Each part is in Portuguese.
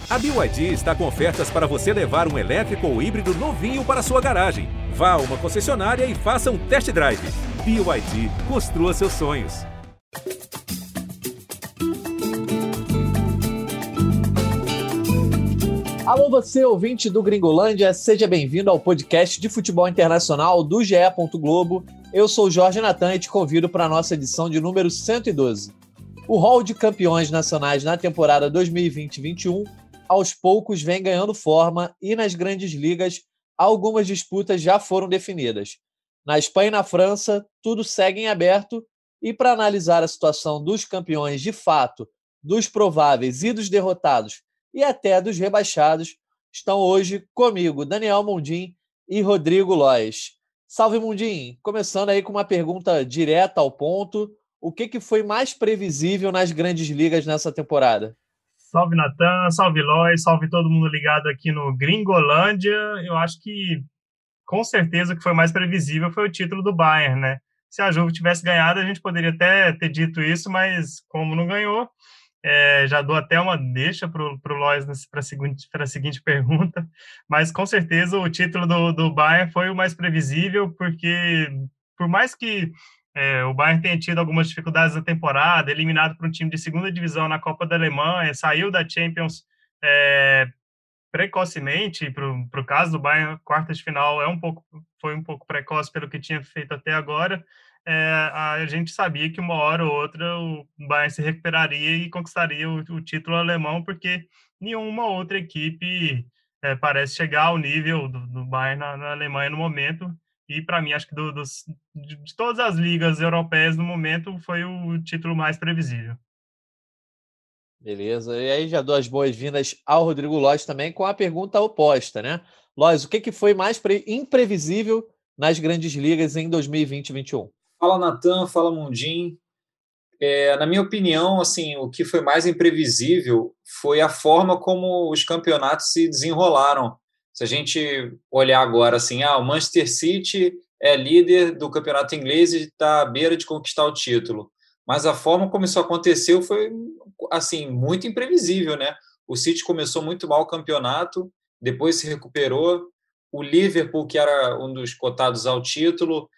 A BYD está com ofertas para você levar um elétrico ou híbrido novinho para sua garagem. Vá a uma concessionária e faça um test drive. BYD, construa seus sonhos. Alô você, ouvinte do Gringolândia, seja bem-vindo ao podcast de futebol internacional do GE. Globo. Eu sou o Jorge Natan e te convido para a nossa edição de número 112. O hall de campeões nacionais na temporada 2020-21 aos poucos vem ganhando forma e nas grandes ligas algumas disputas já foram definidas. Na Espanha e na França, tudo segue em aberto e para analisar a situação dos campeões de fato, dos prováveis e dos derrotados e até dos rebaixados, estão hoje comigo Daniel Mundim e Rodrigo Lois. Salve, Mundim! Começando aí com uma pergunta direta ao ponto. O que foi mais previsível nas grandes ligas nessa temporada? Salve, Natan, salve, Lois, salve todo mundo ligado aqui no Gringolândia. Eu acho que, com certeza, o que foi mais previsível foi o título do Bayern, né? Se a Juve tivesse ganhado, a gente poderia até ter dito isso, mas como não ganhou, já dou até uma deixa para o Lois para a seguinte pergunta, mas com certeza o título do Bayern foi o mais previsível, porque por mais que o Bayern tenha tido algumas dificuldades na temporada, eliminado por um time de segunda divisão na Copa da Alemanha, saiu da Champions precocemente, para o caso do Bayern, quarta de final foi um pouco precoce pelo que tinha feito até agora. A gente sabia que uma hora ou outra o Bayern se recuperaria e conquistaria o título alemão, porque nenhuma outra equipe parece chegar ao nível do Bayern na Alemanha no momento. E, para mim, acho que de todas as ligas europeias, no momento, foi o título mais previsível. Beleza. E aí já dou as boas-vindas ao Rodrigo Lois também com a pergunta oposta, né? Lois, o que foi mais imprevisível nas grandes ligas em 2020-21? Fala, Natan, fala, Mundim. Na minha opinião, assim, o que foi mais imprevisível foi a forma como os campeonatos se desenrolaram. Se a gente olhar agora, assim, o Manchester City é líder do campeonato inglês e está à beira de conquistar o título. Mas a forma como isso aconteceu foi, assim, muito imprevisível, né? O City começou muito mal o campeonato, depois se recuperou. O Liverpool, que era um dos cotados ao título,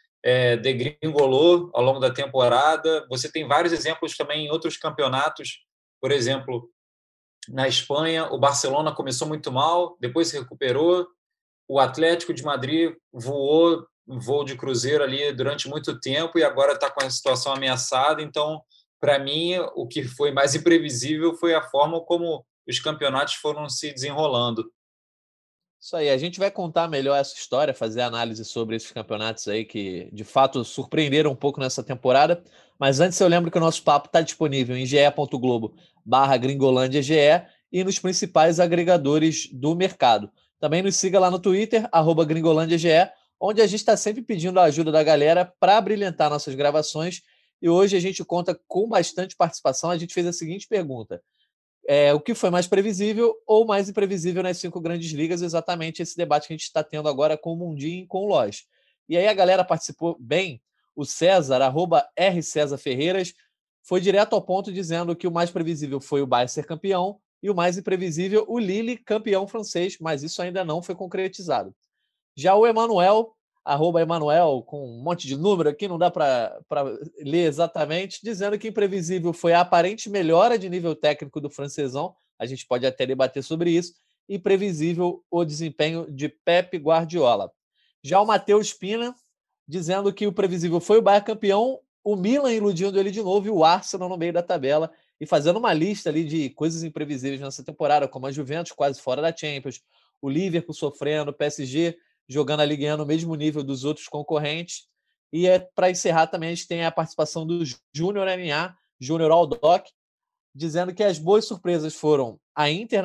degringolou ao longo da temporada. Você tem vários exemplos também em outros campeonatos. Por exemplo, na Espanha, o Barcelona começou muito mal, depois se recuperou. O Atlético de Madrid voou um voo de cruzeiro ali durante muito tempo e agora está com a situação ameaçada. Então, para mim, o que foi mais imprevisível foi a forma como os campeonatos foram se desenrolando. Isso aí, a gente vai contar melhor essa história, fazer análise sobre esses campeonatos aí que, de fato, surpreenderam um pouco nessa temporada. Mas antes eu lembro que o nosso papo está disponível em ge.globo/gringolândiage e nos principais agregadores do mercado. Também nos siga lá no Twitter, @gringolândiage, onde a gente está sempre pedindo a ajuda da galera para brilhantar nossas gravações. E hoje a gente conta com bastante participação. A gente fez a seguinte pergunta: o que foi mais previsível ou mais imprevisível nas 5 grandes ligas? Exatamente esse debate que a gente está tendo agora com o Mundim e com o Lois. E aí a galera participou bem. O César, @RCesarFerreiras, foi direto ao ponto dizendo que o mais previsível foi o Bayern ser campeão e o mais imprevisível o Lille, campeão francês, mas isso ainda não foi concretizado. Já o Emanuel, @Emanuel, com um monte de número aqui, não dá para ler exatamente, dizendo que imprevisível foi a aparente melhora de nível técnico do francesão, a gente pode até debater sobre isso, e previsível o desempenho de Pep Guardiola. Já o Matheus Pina, dizendo que o previsível foi o Bayern campeão, o Milan iludindo ele de novo e o Arsenal no meio da tabela, e fazendo uma lista ali de coisas imprevisíveis nessa temporada, como a Juventus quase fora da Champions, o Liverpool sofrendo, o PSG jogando a Liga 1 no mesmo nível dos outros concorrentes. E para encerrar também a gente tem a participação do Júnior NA, Júnior Aldoc, dizendo que as boas surpresas foram a Inter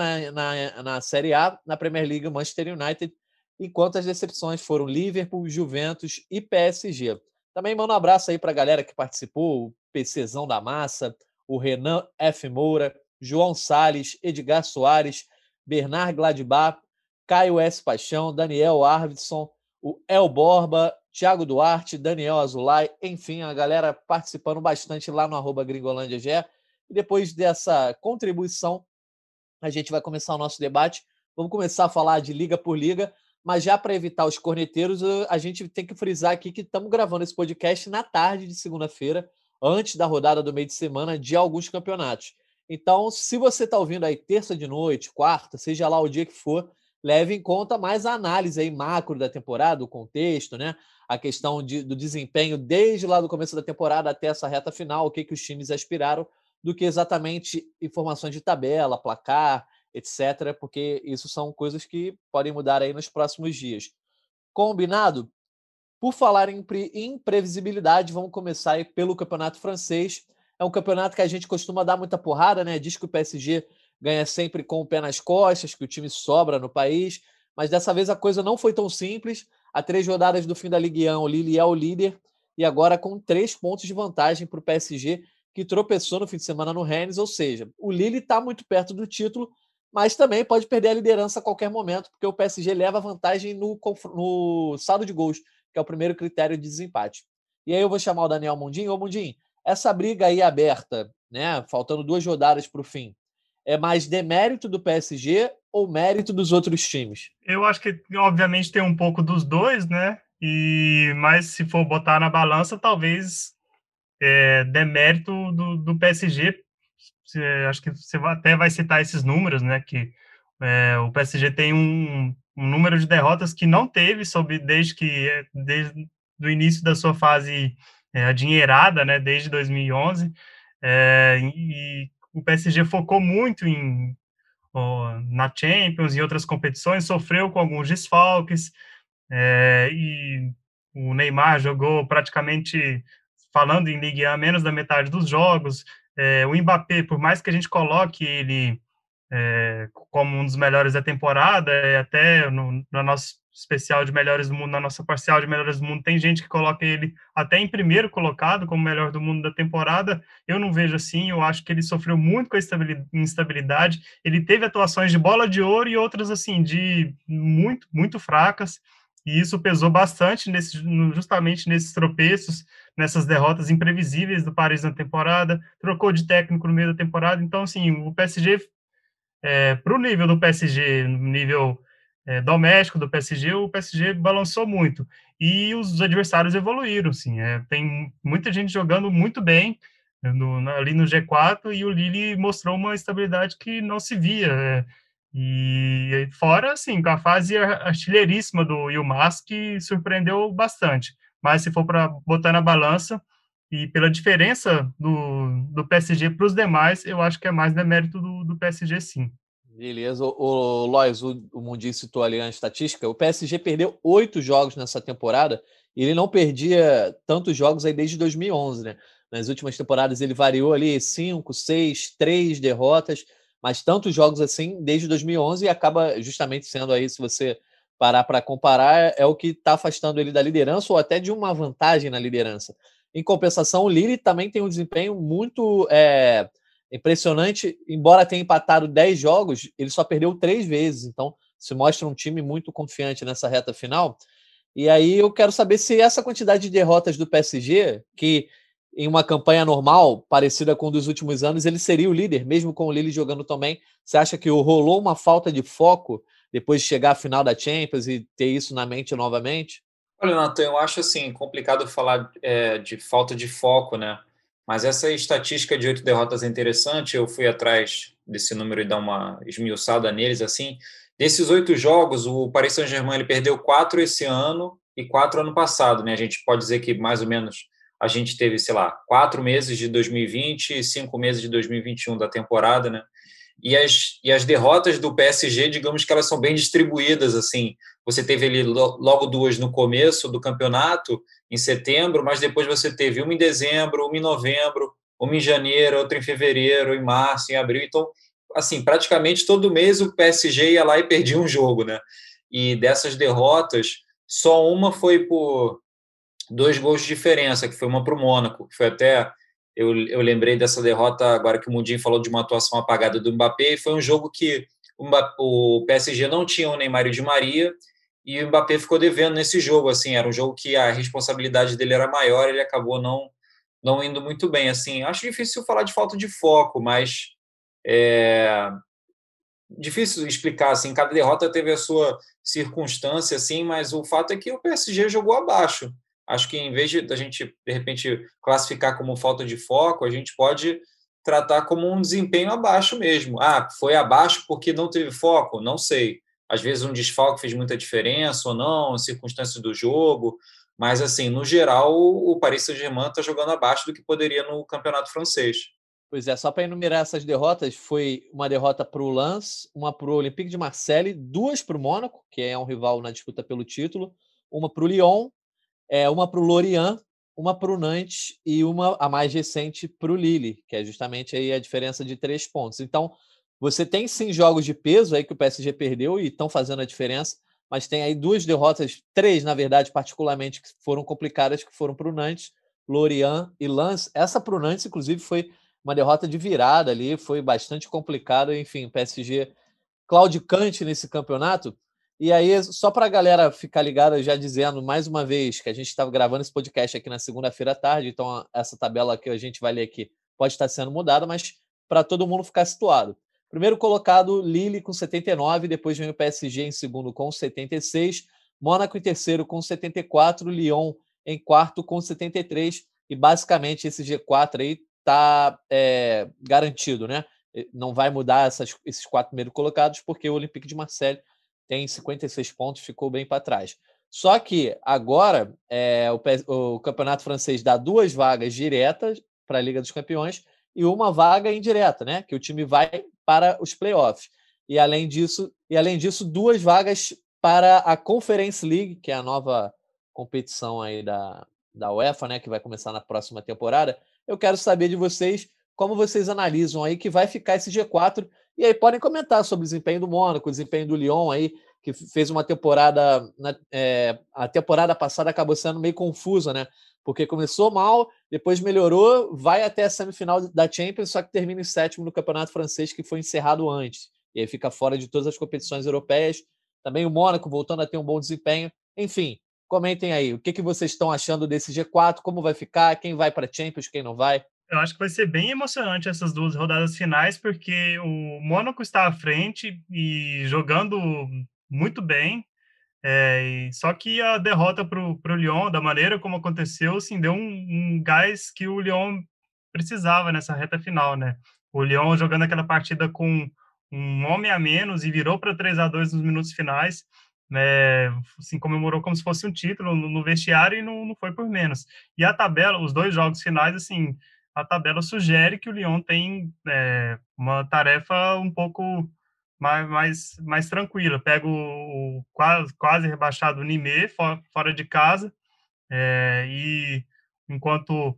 na Série A, na Premier League, o Manchester United, enquanto as decepções foram Liverpool, Juventus e PSG. Também mando um abraço aí para a galera que participou, o PCzão da Massa, o Renan F. Moura, João Salles, Edgar Soares, Bernard Gladbach, Caio S. Paixão, Daniel Arvidsson, o El Borba, Thiago Duarte, Daniel Azulay, enfim, a galera participando bastante lá no @gringolândiage. E depois dessa contribuição, a gente vai começar o nosso debate. Vamos começar a falar de liga por liga, mas já para evitar os corneteiros, a gente tem que frisar aqui que estamos gravando esse podcast na tarde de segunda-feira, antes da rodada do meio de semana de alguns campeonatos. Então, se você está ouvindo aí terça de noite, quarta, seja lá o dia que for, leve em conta mais a análise aí macro da temporada, o contexto, né? A questão do desempenho desde lá do começo da temporada até essa reta final, o que os times aspiraram, do que exatamente informações de tabela, placar, etc., porque isso são coisas que podem mudar aí nos próximos dias. Combinado? Por falar em imprevisibilidade, vamos começar aí pelo campeonato francês. É um campeonato que a gente costuma dar muita porrada, né? Diz que o PSG ganha sempre com o pé nas costas, que o time sobra no país, mas dessa vez a coisa não foi tão simples. Há 3 rodadas do fim da Ligue 1, o Lille é o líder, e agora com 3 pontos de vantagem para o PSG, que tropeçou no fim de semana no Rennes, ou seja, o Lille está muito perto do título, mas também pode perder a liderança a qualquer momento, porque o PSG leva vantagem no saldo de gols, que é o primeiro critério de desempate. E aí eu vou chamar o Daniel Mundim. Ô, Mundim, essa briga aí aberta, né, faltando 2 rodadas para o fim, é mais demérito do PSG ou mérito dos outros times? Eu acho que, obviamente, tem um pouco dos dois, né? Mas se for botar na balança, talvez demérito do PSG. Acho que você até vai citar esses números, né? Que o PSG tem um número de derrotas que não teve desde o início da sua fase adinheirada, né? Desde 2011. E o PSG focou muito na Champions e outras competições, sofreu com alguns desfalques, e o Neymar jogou praticamente, falando em Ligue 1, menos da metade dos jogos. O Mbappé, por mais que a gente coloque ele como um dos melhores da temporada, até no nosso especial de melhores do mundo, na nossa parcial de melhores do mundo, tem gente que coloca ele até em primeiro colocado como melhor do mundo da temporada. Eu não vejo assim. Eu acho que ele sofreu muito com a instabilidade. Ele teve atuações de bola de ouro e outras assim de muito, muito fracas, e isso pesou bastante justamente nesses tropeços, nessas derrotas imprevisíveis do Paris na temporada. Trocou de técnico no meio da temporada. Então, assim, o PSG, para o nível do PSG, no nível doméstico do PSG, o PSG balançou muito. E os adversários evoluíram, assim. Tem muita gente jogando muito bem ali no G4, e o Lille mostrou uma estabilidade que não se via. E fora, assim, com a fase artilheiríssima do Yilmaz, que surpreendeu bastante. Mas se for para botar na balança, e pela diferença do PSG para os demais, eu acho que é mais demérito do PSG, sim. Beleza. O Lois, o Mundinho citou ali a estatística. O PSG perdeu 8 jogos nessa temporada, e ele não perdia tantos jogos aí desde 2011, né? Nas últimas temporadas ele variou ali 5, 6, 3 derrotas, mas tantos jogos assim desde 2011, e acaba justamente sendo aí, se você parar para comparar, é o que está afastando ele da liderança ou até de uma vantagem na liderança. Em compensação, o Lille também tem um desempenho muito impressionante. Embora tenha empatado 10 jogos, ele só perdeu 3 vezes, então se mostra um time muito confiante nessa reta final. E aí eu quero saber se essa quantidade de derrotas do PSG, que em uma campanha normal, parecida com a dos últimos anos, ele seria o líder, mesmo com o Lille jogando também. Você acha que rolou uma falta de foco depois de chegar à final da Champions e ter isso na mente novamente? Olha, Nathan, eu acho assim complicado falar de falta de foco, né? Mas essa estatística de 8 derrotas é interessante. Eu fui atrás desse número e dar uma esmiuçada neles. Assim, desses 8 jogos, o Paris Saint-Germain ele perdeu 4 esse ano e 4 ano passado, né? A gente pode dizer que mais ou menos a gente teve, sei lá, 4 meses de 2020 e 5 meses de 2021 da temporada, né? E as derrotas do PSG, digamos que elas são bem distribuídas, assim. Você teve ali logo 2 no começo do campeonato, em setembro, mas depois você teve uma em dezembro, uma em novembro, uma em janeiro, outra em fevereiro, em março, em abril. Então, assim, praticamente todo mês o PSG ia lá e perdia um jogo, né? E dessas derrotas, só uma foi por 2 gols de diferença, que foi uma para o Mônaco, que foi até... Eu lembrei dessa derrota agora que o Mundinho falou de uma atuação apagada do Mbappé, e foi um jogo que o PSG não tinha o Neymar e o Di Maria, e o Mbappé ficou devendo nesse jogo. Assim, era um jogo que a responsabilidade dele era maior, ele acabou não indo muito bem. Assim, acho difícil falar de falta de foco, mas difícil explicar, assim, cada derrota teve a sua circunstância, assim, mas o fato é que o PSG jogou abaixo. Acho que em vez de a gente, de repente, classificar como falta de foco, a gente pode tratar como um desempenho abaixo mesmo. Ah, foi abaixo porque não teve foco? Não sei. Às vezes um desfalque fez muita diferença ou não, circunstâncias do jogo, mas, assim, no geral, o Paris Saint-Germain está jogando abaixo do que poderia no campeonato francês. Pois é, só para enumerar essas derrotas, foi uma derrota para o Lens, uma para o Olympique de Marseille, 2 para o Mônaco, que é um rival na disputa pelo título, uma para o Lyon, uma para o Lorient, uma para o Nantes e uma, a mais recente, para o Lille, que é justamente aí a diferença de 3 pontos. Então, você tem sim jogos de peso aí que o PSG perdeu e estão fazendo a diferença, mas tem aí 2 derrotas, 3 na verdade, particularmente, que foram complicadas, que foram para o Nantes, Lorient e Lens. Essa para o Nantes, inclusive, foi uma derrota de virada ali, foi bastante complicado. Enfim, o PSG claudicante nesse campeonato. E aí, só para a galera ficar ligada, já dizendo mais uma vez que a gente estava gravando esse podcast aqui na segunda-feira à tarde, então essa tabela que a gente vai ler aqui pode estar sendo mudada, mas para todo mundo ficar situado. Primeiro colocado, Lille com 79, depois vem o PSG em segundo com 76, Mônaco em terceiro com 74, Lyon em quarto com 73, e basicamente esse G4 aí está garantido, né? Não vai mudar esses 4 primeiros colocados, porque o Olympique de Marseille tem 56 pontos, ficou bem para trás. Só que agora o campeonato francês dá 2 vagas diretas para a Liga dos Campeões e uma vaga indireta, né? Que o time vai para os playoffs. E além disso, 2 vagas para a Conference League, que é a nova competição aí da UEFA, né? Que vai começar na próxima temporada. Eu quero saber de vocês como vocês analisam aí que vai ficar esse G4. E aí podem comentar sobre o desempenho do Mônaco, o desempenho do Lyon aí, que fez uma temporada... a temporada passada acabou sendo meio confusa, né? Porque começou mal, depois melhorou, vai até a semifinal da Champions, só que termina em sétimo no campeonato francês, que foi encerrado antes. E aí fica fora de todas as competições europeias. Também o Mônaco voltando a ter um bom desempenho. Enfim, comentem aí. O que vocês estão achando desse G4? Como vai ficar? Quem vai para a Champions? Quem não vai? Eu acho que vai ser bem emocionante essas 2 rodadas finais, porque o Mônaco está à frente e jogando muito bem. Só que a derrota para o Lyon, da maneira como aconteceu, assim, deu um gás que o Lyon precisava nessa reta final, né? O Lyon jogando aquela partida com um homem a menos e virou para 3-2 nos minutos finais, né? Assim, comemorou como se fosse um título no vestiário e não foi por menos. E a tabela, os 2 jogos finais, assim, a tabela sugere que o Lyon tem uma tarefa um pouco mais tranquila. Pega o quase rebaixado Nîmes fora de casa, e enquanto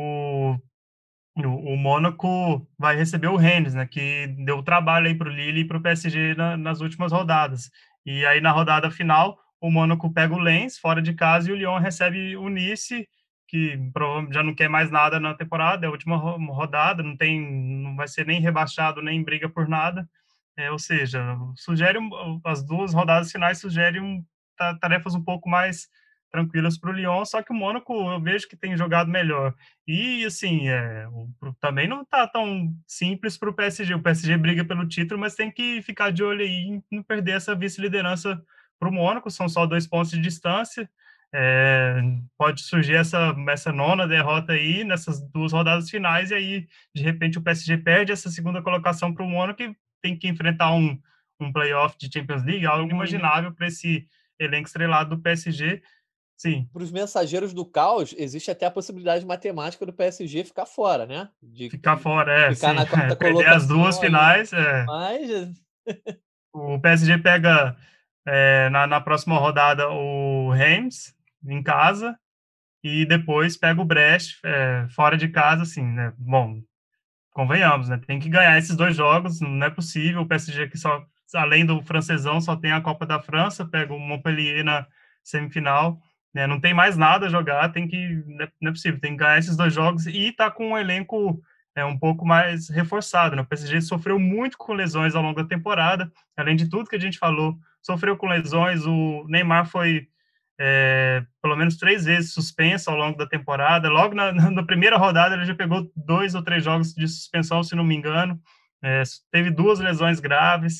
o Mônaco vai receber o Rennes, né, que deu trabalho aí para o Lille e para o PSG nas últimas rodadas. E aí na rodada final o Mônaco pega o Lens fora de casa e o Lyon recebe o Nice, que provavelmente já não quer mais nada na temporada, é a última rodada, não vai ser nem rebaixado nem briga por nada. Ou seja, as 2 rodadas finais sugerem tarefas um pouco mais tranquilas para o Lyon, só que o Mônaco eu vejo que tem jogado melhor. E, assim, também não está tão simples para o PSG. O PSG briga pelo título, mas tem que ficar de olho aí em não perder essa vice-liderança para o Mônaco. São só 2 pontos de distância. Pode surgir essa 9ª derrota aí nessas 2 rodadas finais, e aí, de repente, o PSG perde essa 2ª colocação para o Mônaco e tem que enfrentar um playoff de Champions League, algo inimaginável para esse elenco estrelado do PSG. Sim. Para os mensageiros do caos, existe até a possibilidade matemática do PSG ficar fora, né? Ficar fora, ficar na quarta perder as 2 finais. Mas... O PSG pega na próxima rodada o Reims em casa e depois pega o Brest fora de casa, assim, né? Bom, convenhamos, né? Tem que ganhar esses 2 jogos, não é possível. O PSG que só, além do francesão, só tem a Copa da França, pega o Montpellier na semifinal, né? Não tem mais nada a jogar, não é possível, tem que ganhar esses 2 jogos e tá com um elenco um pouco mais reforçado, né? O PSG sofreu muito com lesões ao longo da temporada, além de tudo que a gente falou, sofreu com lesões, o Neymar foi pelo menos 3 vezes suspenso ao longo da temporada. Logo na primeira rodada ele já pegou 2 ou 3 jogos de suspensão, se não me engano. Teve 2 lesões graves.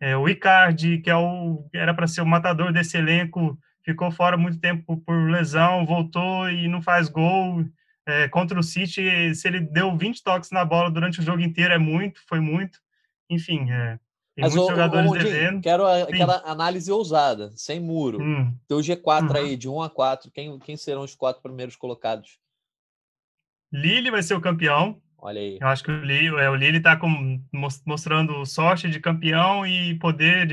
O Icardi, que era para ser o matador desse elenco, ficou fora muito tempo por lesão, voltou e não faz gol. Contra o City, se ele deu 20 toques na bola durante o jogo inteiro, foi muito. Enfim, tem Mas, muitos ô jogadores Mondinho, devendo. quero Sim. aquela análise ousada, sem muro. Teu G4 aí, Uhum. de 1 a 4, quem serão os 4 primeiros colocados? Lille vai ser o campeão. Olha aí. Eu acho que o Lille está mostrando sorte de campeão e poder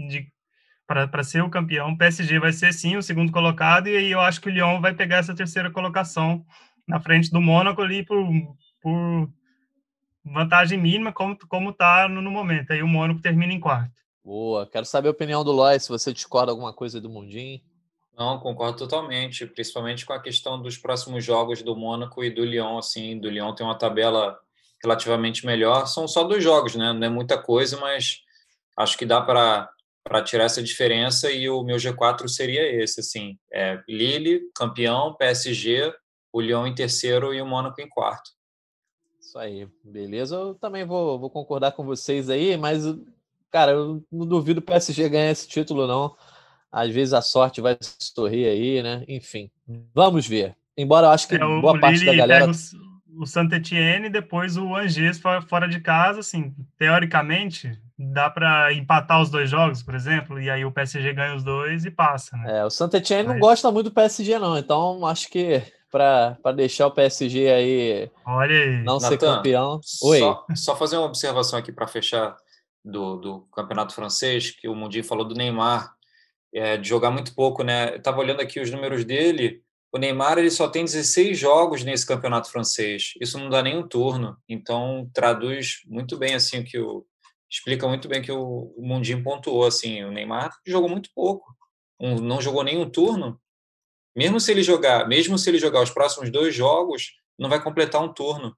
para ser o campeão. O PSG vai ser, sim, o segundo colocado, e aí eu acho que o Lyon vai pegar essa terceira colocação na frente do Mônaco ali por vantagem mínima, como está no momento. Aí o Mônaco termina em quarto. Boa. Quero saber a opinião do Lois, se você discorda alguma coisa do Mundinho. Não, concordo totalmente, principalmente com a questão dos próximos jogos do Mônaco e do Lyon, assim, do Lyon tem uma tabela relativamente melhor, são só 2 jogos, né? Não é muita coisa, mas acho que dá para tirar essa diferença e o meu G4 seria esse, assim, Lille, campeão, PSG, o Lyon em terceiro e o Mônaco em quarto. Isso aí, beleza. Eu também vou concordar com vocês aí, mas, cara, eu não duvido o PSG ganhar esse título, não. Às vezes a sorte vai sorrir aí, né? Enfim, vamos ver. Embora eu acho que O boa parte da Lille pega galera. o Saint-Étienne e depois o Angers fora de casa, assim, teoricamente, dá para empatar os 2 jogos, por exemplo, e aí o PSG ganha os 2 e passa, né? O Saint-Étienne não Mas, gosta muito do PSG, não. Então, acho que para deixar o PSG aí olha aí. não ser Natan, campeão. Oi. só fazer uma observação aqui para fechar do campeonato francês, que o Mundinho falou do Neymar, de jogar muito pouco, né? Eu estava olhando aqui os números dele. O Neymar ele só tem 16 jogos nesse campeonato francês. Isso não dá nem um turno. Então traduz muito bem assim explica muito bem que o Mundinho pontuou assim. O Neymar jogou muito pouco, não jogou nenhum turno. Mesmo se ele jogar os próximos 2 jogos, não vai completar um turno.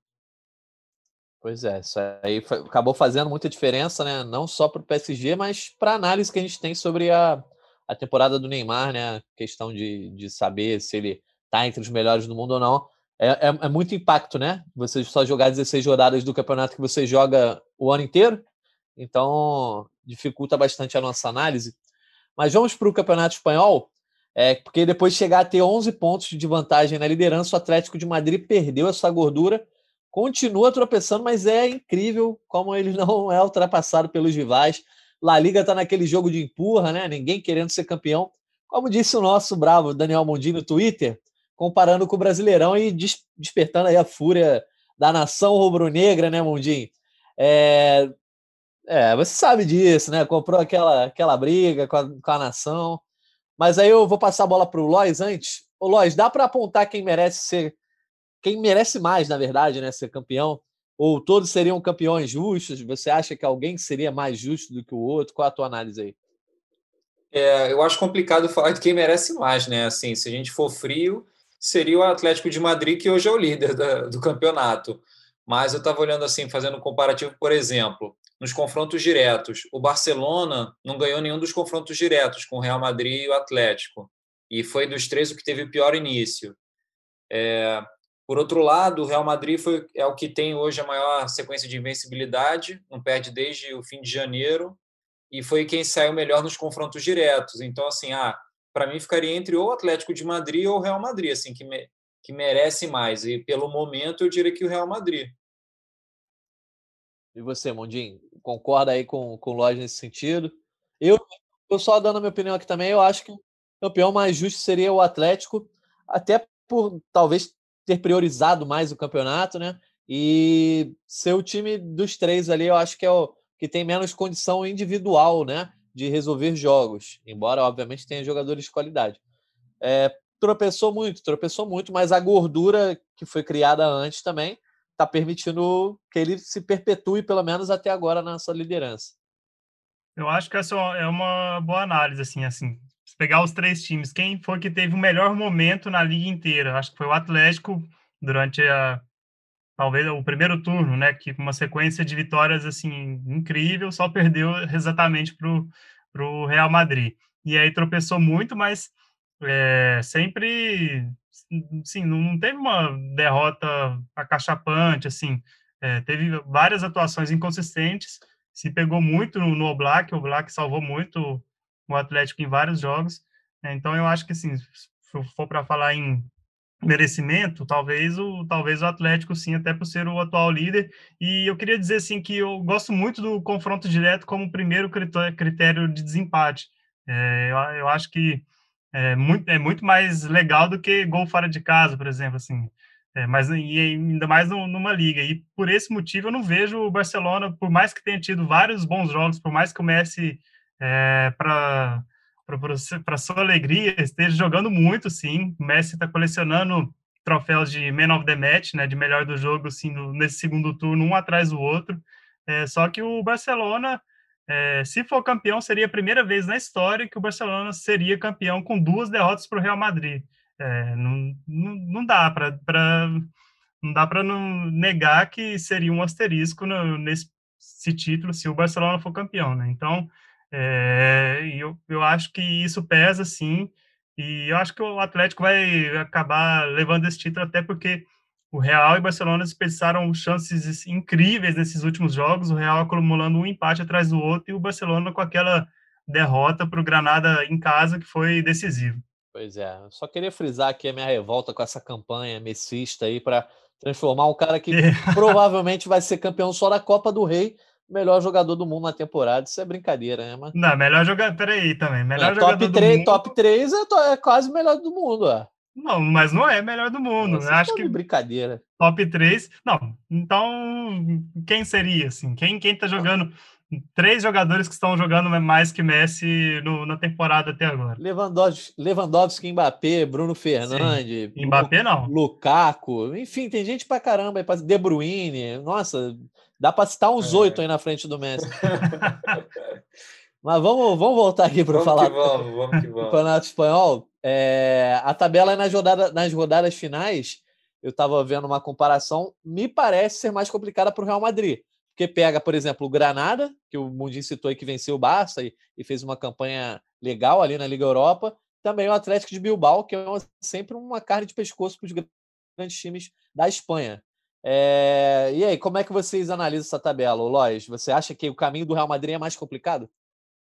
Pois é, isso aí acabou fazendo muita diferença, né? Não só para o PSG, mas para a análise que a gente tem sobre a temporada do Neymar, né? A questão de saber se ele está entre os melhores do mundo ou não. É muito impacto, né? Você só jogar 16 rodadas do campeonato que você joga o ano inteiro. Então, dificulta bastante a nossa análise. Mas vamos para o Campeonato Espanhol, porque depois de chegar a ter 11 pontos de vantagem na liderança, o Atlético de Madrid perdeu essa gordura, continua tropeçando, mas é incrível como ele não é ultrapassado pelos rivais. La Liga está naquele jogo de empurra, né? Ninguém querendo ser campeão. Como disse o nosso bravo Daniel Mondini no Twitter, comparando com o Brasileirão e despertando aí a fúria da nação rubro-negra, né, Mondini? Você sabe disso, né? Comprou aquela briga com a nação. Mas aí eu vou passar a bola para o Lois antes. Ô, Lois, dá para apontar quem merece mais, na verdade, né, ser campeão? Ou todos seriam campeões justos? Você acha que alguém seria mais justo do que o outro? Qual a tua análise aí? Eu acho complicado falar de quem merece mais, né? Assim, se a gente for frio, seria o Atlético de Madrid, que hoje é o líder do campeonato. Mas eu estava olhando assim, fazendo um comparativo, por exemplo, nos confrontos diretos. O Barcelona não ganhou nenhum dos confrontos diretos com o Real Madrid e o Atlético. E foi dos 3 o que teve o pior início. Por outro lado, o Real Madrid é o que tem hoje a maior sequência de invencibilidade, não perde desde o fim de janeiro, e foi quem saiu melhor nos confrontos diretos. Então, assim, para mim ficaria entre ou o Atlético de Madrid ou o Real Madrid, assim, que merece mais. E pelo momento eu diria que o Real Madrid. E você, Mondinho, concorda aí com o Lois nesse sentido? Eu só dando a minha opinião aqui também, eu acho que o campeão mais justo seria o Atlético, até por talvez ter priorizado mais o campeonato, né? E ser o time dos 3 ali, eu acho que é o que tem menos condição individual, né? De resolver jogos, embora, obviamente, tenha jogadores de qualidade. Tropeçou muito, mas a gordura que foi criada antes também está permitindo que ele se perpetue, pelo menos até agora, na sua liderança. Eu acho que essa é uma boa análise, assim, se pegar os 3 times, quem foi que teve o melhor momento na liga inteira? Acho que foi o Atlético durante talvez o primeiro turno, né, que uma sequência de vitórias assim incrível, só perdeu exatamente pro Real Madrid. E aí tropeçou muito, mas sempre, sim, não teve uma derrota acachapante, assim, teve várias atuações inconsistentes, se pegou muito no Oblak, o Oblak salvou muito o Atlético em vários jogos. Então eu acho que, assim, se for para falar em merecimento, talvez o Atlético, sim, até por ser o atual líder. E eu queria dizer, assim, que eu gosto muito do confronto direto como primeiro critério de desempate. Eu acho que é muito mais legal do que gol fora de casa, por exemplo, assim. Mas e ainda mais numa liga. E por esse motivo eu não vejo o Barcelona, por mais que tenha tido vários bons jogos, por mais que o Messi, para sua alegria, esteja jogando muito, sim. O Messi está colecionando troféus de Man of the Match, né, de melhor do jogo, assim, nesse segundo turno, um atrás do outro. Só que o Barcelona, se for campeão, seria a primeira vez na história que o Barcelona seria campeão com 2 derrotas para o Real Madrid. Não dá para não negar que seria um asterisco nesse título se o Barcelona for campeão, né? Então, eu acho que isso pesa, sim, e eu acho que o Atlético vai acabar levando esse título até porque o Real e o Barcelona desperdiçaram chances incríveis nesses últimos jogos, o Real acumulando um empate atrás do outro e o Barcelona com aquela derrota para o Granada em casa que foi decisivo. Pois é, só queria frisar aqui a minha revolta com essa campanha messista aí para transformar um cara que provavelmente vai ser campeão só da Copa do Rei, melhor jogador do mundo na temporada. Isso é brincadeira, né? Mas... Não, melhor jogador. Peraí também. Melhor jogador do mundo. Top 3 é quase o melhor do mundo, ó. Não, mas não é melhor do mundo. Nossa, acho que brincadeira. Top 3. Não, então quem seria assim? Quem tá jogando? 3 jogadores que estão jogando mais que Messi na temporada até agora. Lewandowski, Mbappé, Bruno Fernandes, Mbappé não. Lukaku, enfim, tem gente pra caramba, De Bruyne, nossa, dá pra citar uns 8 aí na frente do Messi. Mas vamos voltar aqui para falar vamos que do Campeonato Espanhol. A tabela nas rodadas finais, eu estava vendo uma comparação, me parece ser mais complicada para o Real Madrid. Porque pega, por exemplo, o Granada, que o Mundinho citou aí, que venceu o Barça e fez uma campanha legal ali na Liga Europa. Também o Atlético de Bilbao, que é sempre uma carne de pescoço para os grandes times da Espanha. E aí, como é que vocês analisam essa tabela, Lois? Você acha que o caminho do Real Madrid é mais complicado?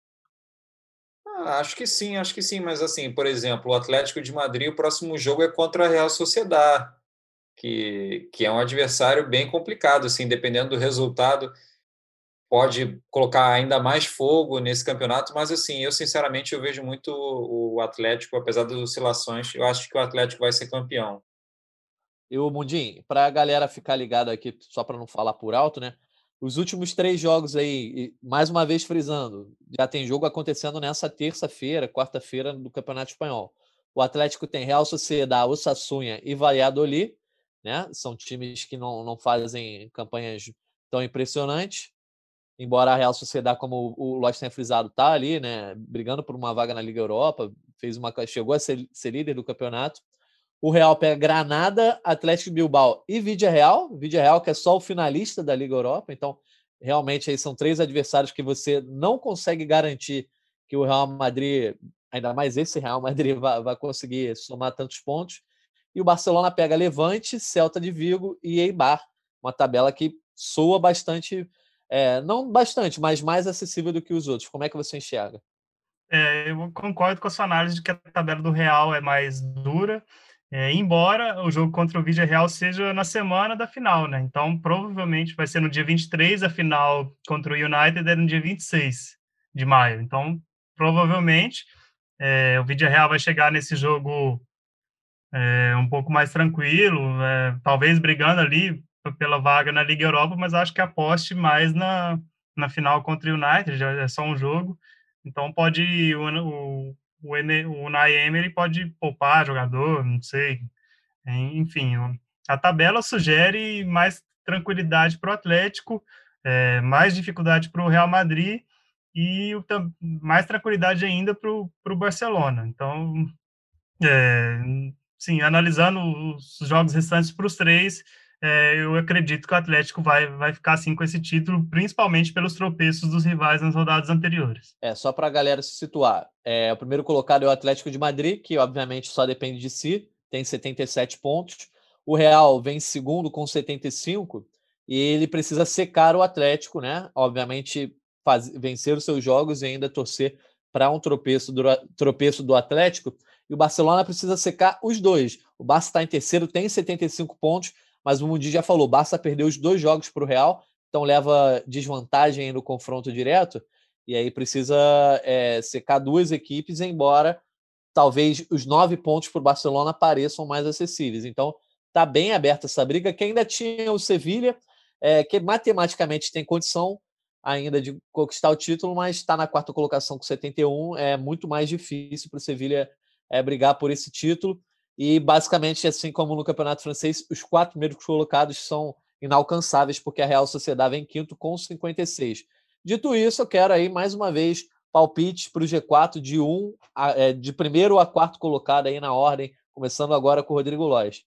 Acho que sim, mas assim, por exemplo, o Atlético de Madrid, o próximo jogo é contra a Real Sociedad, que é um adversário bem complicado, assim, dependendo do resultado, pode colocar ainda mais fogo nesse campeonato, mas assim, eu sinceramente eu vejo muito o Atlético, apesar das oscilações, eu acho que o Atlético vai ser campeão. E o Mundinho, para a galera ficar ligado aqui, só para não falar por alto, né? Os últimos 3 jogos aí, mais uma vez frisando, já tem jogo acontecendo nessa terça-feira, quarta-feira do Campeonato Espanhol. O Atlético tem Real Sociedad, Osasuna e Valladolid, né? São times que não fazem campanhas tão impressionantes, embora a Real Sociedad, como o Lois tenha frisado, tá ali, né? Brigando por uma vaga na Liga Europa, chegou a ser líder do campeonato. O Real pega Granada, Atlético Bilbao e Villarreal. Villarreal que é só o finalista da Liga Europa. Então, realmente, aí são 3 adversários que você não consegue garantir que o Real Madrid, ainda mais esse Real Madrid, vai conseguir somar tantos pontos. E o Barcelona pega Levante, Celta de Vigo e Eibar. Uma tabela que soa bastante, não bastante, mas mais acessível do que os outros. Como é que você enxerga? Eu concordo com a sua análise de que a tabela do Real é mais dura. Embora o jogo contra o Villarreal seja na semana da final, né? Então, provavelmente vai ser no dia 23, a final contra o United é no dia 26 de maio. Então, provavelmente, o Villarreal vai chegar nesse jogo um pouco mais tranquilo, talvez brigando ali pela vaga na Liga Europa, mas acho que aposte mais na final contra o United, já é só um jogo. Então, o Unai Emery pode poupar jogador, não sei. Enfim, a tabela sugere mais tranquilidade para o Atlético, mais dificuldade para o Real Madrid e mais tranquilidade ainda para o Barcelona. Então, sim, analisando os jogos restantes para os 3, eu acredito que o Atlético vai ficar assim com esse título, principalmente pelos tropeços dos rivais nas rodadas anteriores. Só para a galera se situar, o primeiro colocado é o Atlético de Madrid, que obviamente só depende de si, tem 77 pontos. O Real vem em segundo com 75 e ele precisa secar o Atlético, né? Obviamente, vencer os seus jogos e ainda torcer para um tropeço do Atlético. E o Barcelona precisa secar os dois. O Barça está em terceiro, tem 75 pontos, mas o Mundinho já falou, o Barça perdeu os 2 jogos para o Real, então leva desvantagem no confronto direto, e aí precisa secar 2 equipes, embora talvez os 9 pontos para o Barcelona pareçam mais acessíveis. Então está bem aberta essa briga, que ainda tinha o Sevilla, que matematicamente tem condição ainda de conquistar o título, mas está na 4ª colocação com 71, é muito mais difícil para o Sevilla brigar por esse título. E, basicamente, assim como no Campeonato Francês, os 4 primeiros colocados são inalcançáveis, porque a Real Sociedad vem em quinto com 56. Dito isso, eu quero aí, mais uma vez, palpites para o G4 de primeiro a 4º colocado aí na ordem, começando agora com o Rodrigo Lois.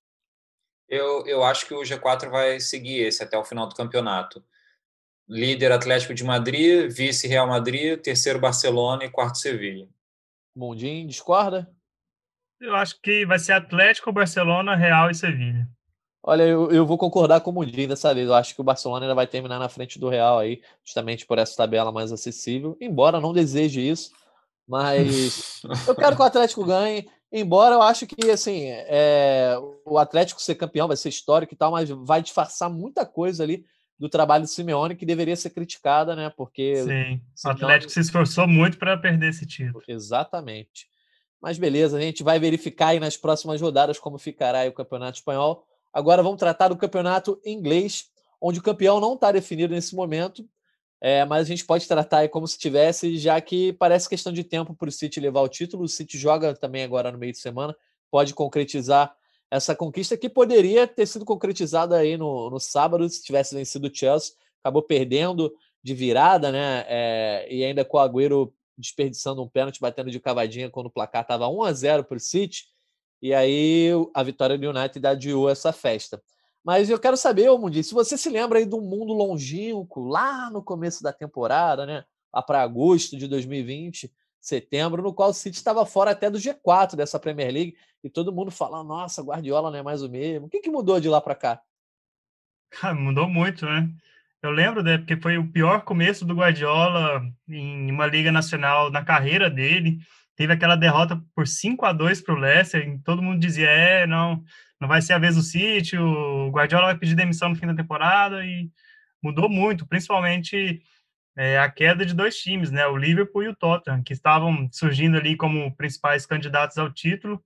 Eu acho que o G4 vai seguir esse até o final do campeonato. Líder Atlético de Madrid, vice Real Madrid, terceiro Barcelona e quarto Sevilha. Mundinho, discorda? Eu acho que vai ser Atlético, Barcelona, Real e Sevilha. Olha, eu vou concordar com o Mundinho dessa vez. Eu acho que o Barcelona ainda vai terminar na frente do Real aí, justamente por essa tabela mais acessível, embora não deseje isso, mas eu quero que o Atlético ganhe, embora eu acho que, assim, o Atlético ser campeão vai ser histórico e tal, mas vai disfarçar muita coisa ali do trabalho do Simeone que deveria ser criticada, né? Porque sim, o Simeone... Atlético se esforçou muito para perder esse título. Exatamente. Mas beleza, a gente vai verificar aí nas próximas rodadas como ficará aí o Campeonato Espanhol. Agora vamos tratar do Campeonato Inglês, onde o campeão não está definido nesse momento, mas a gente pode tratar aí como se tivesse, já que parece questão de tempo para o City levar o título. O City joga também agora no meio de semana, pode concretizar essa conquista que poderia ter sido concretizada aí no sábado, se tivesse vencido o Chelsea. Acabou perdendo de virada, né? E ainda com o Agüero desperdiçando um pênalti, batendo de cavadinha quando o placar estava 1-0 para o City. E aí a vitória do United adiou essa festa. Mas eu quero saber, Mundi, se você se lembra aí do mundo longínquo, lá no começo da temporada, né? Lá para agosto de 2020, setembro, no qual o City estava fora até do G4 dessa Premier League, e todo mundo falando, nossa, Guardiola não é mais o mesmo. O que mudou de lá para cá? Mudou muito, né? Eu lembro, né, porque foi o pior começo do Guardiola em uma Liga Nacional na carreira dele. Teve aquela derrota por 5-2 para o Leicester, e todo mundo dizia, não vai ser a vez do City, o Guardiola vai pedir demissão no fim da temporada, e mudou muito, principalmente a queda de 2 times, né, o Liverpool e o Tottenham, que estavam surgindo ali como principais candidatos ao título.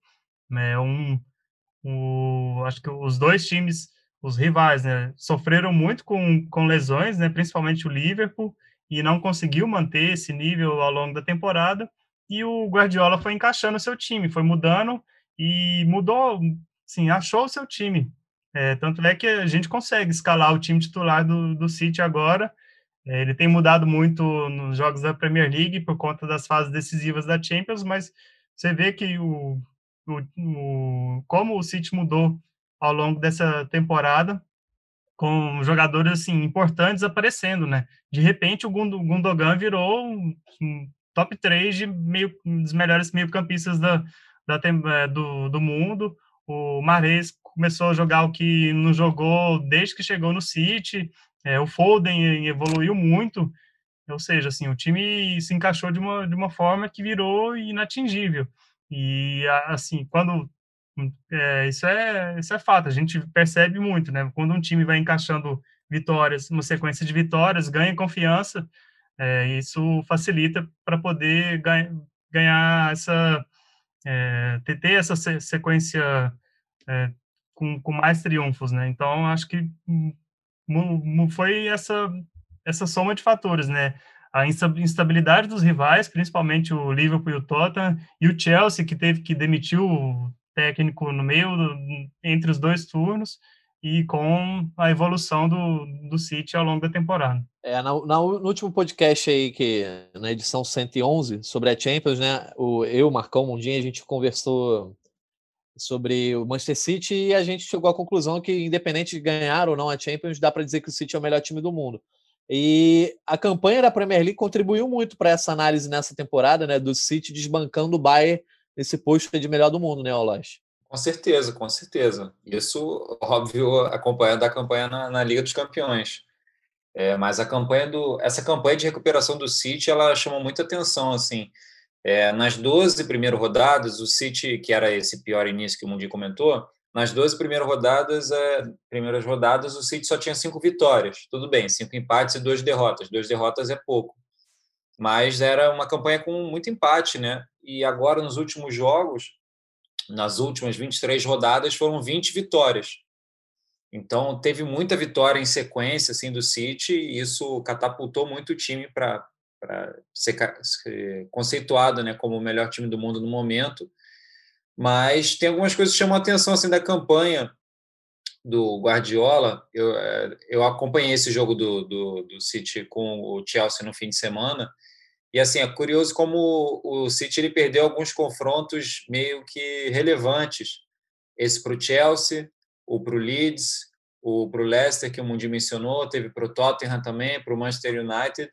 Acho que os 2 times, os rivais, né, sofreram muito com lesões, né, principalmente o Liverpool, e não conseguiu manter esse nível ao longo da temporada, e o Guardiola foi encaixando o seu time, foi mudando, e mudou, sim, achou o seu time. Tanto é que a gente consegue escalar o time titular do City agora. Ele tem mudado muito nos jogos da Premier League por conta das fases decisivas da Champions, mas você vê que como o City mudou ao longo dessa temporada, com jogadores assim, importantes aparecendo, né? De repente, o Gundogan virou um top 3 dos melhores meio-campistas do mundo. O Mahrez começou a jogar o que não jogou desde que chegou no City. O Foden evoluiu muito. Ou seja, assim, o time se encaixou de uma forma que virou inatingível. E, assim, quando... isso é fato, a gente percebe muito, né? Quando um time vai encaixando vitórias, uma sequência de vitórias, ganha confiança, isso facilita para poder ganhar ter essa sequência com mais triunfos, né? Então, acho que foi essa soma de fatores, né? A instabilidade dos rivais, principalmente o Liverpool e o Tottenham, e o Chelsea, que teve que demitir o técnico entre os 2 turnos, e com a evolução do City ao longo da temporada. No último podcast aí, na edição 111, sobre a Champions, né? Eu, Marcão, Mundinho, a gente conversou sobre o Manchester City e a gente chegou à conclusão que, independente de ganhar ou não a Champions, dá para dizer que o City é o melhor time do mundo. E a campanha da Premier League contribuiu muito para essa análise nessa temporada, né, do City desbancando o Bayern nesse posto de melhor do mundo, né, Olash? Com certeza, com certeza. Isso, óbvio, acompanhando a campanha na Liga dos Campeões. Mas essa campanha de recuperação do City, ela chamou muita atenção, assim. Nas 12 primeiras rodadas, o City, que era esse pior início que o Mundi comentou, nas 12 primeiras rodadas, o City só tinha 5 vitórias. Tudo bem, 5 empates e 2 derrotas. 2 derrotas é pouco. Mas era uma campanha com muito empate, né? E agora, nos últimos jogos, nas últimas 23 rodadas, foram 20 vitórias. Então, teve muita vitória em sequência assim, do City, e isso catapultou muito o time para ser conceituado, né, como o melhor time do mundo no momento. Mas tem algumas coisas que chamam a atenção assim, da campanha do Guardiola. Eu acompanhei esse jogo do City com o Chelsea no fim de semana, e assim, é curioso como o City ele perdeu alguns confrontos meio que relevantes. Esse para o Chelsea, o para o Leeds, o para o Leicester, que o Mundi mencionou, teve para o Tottenham também, para o Manchester United.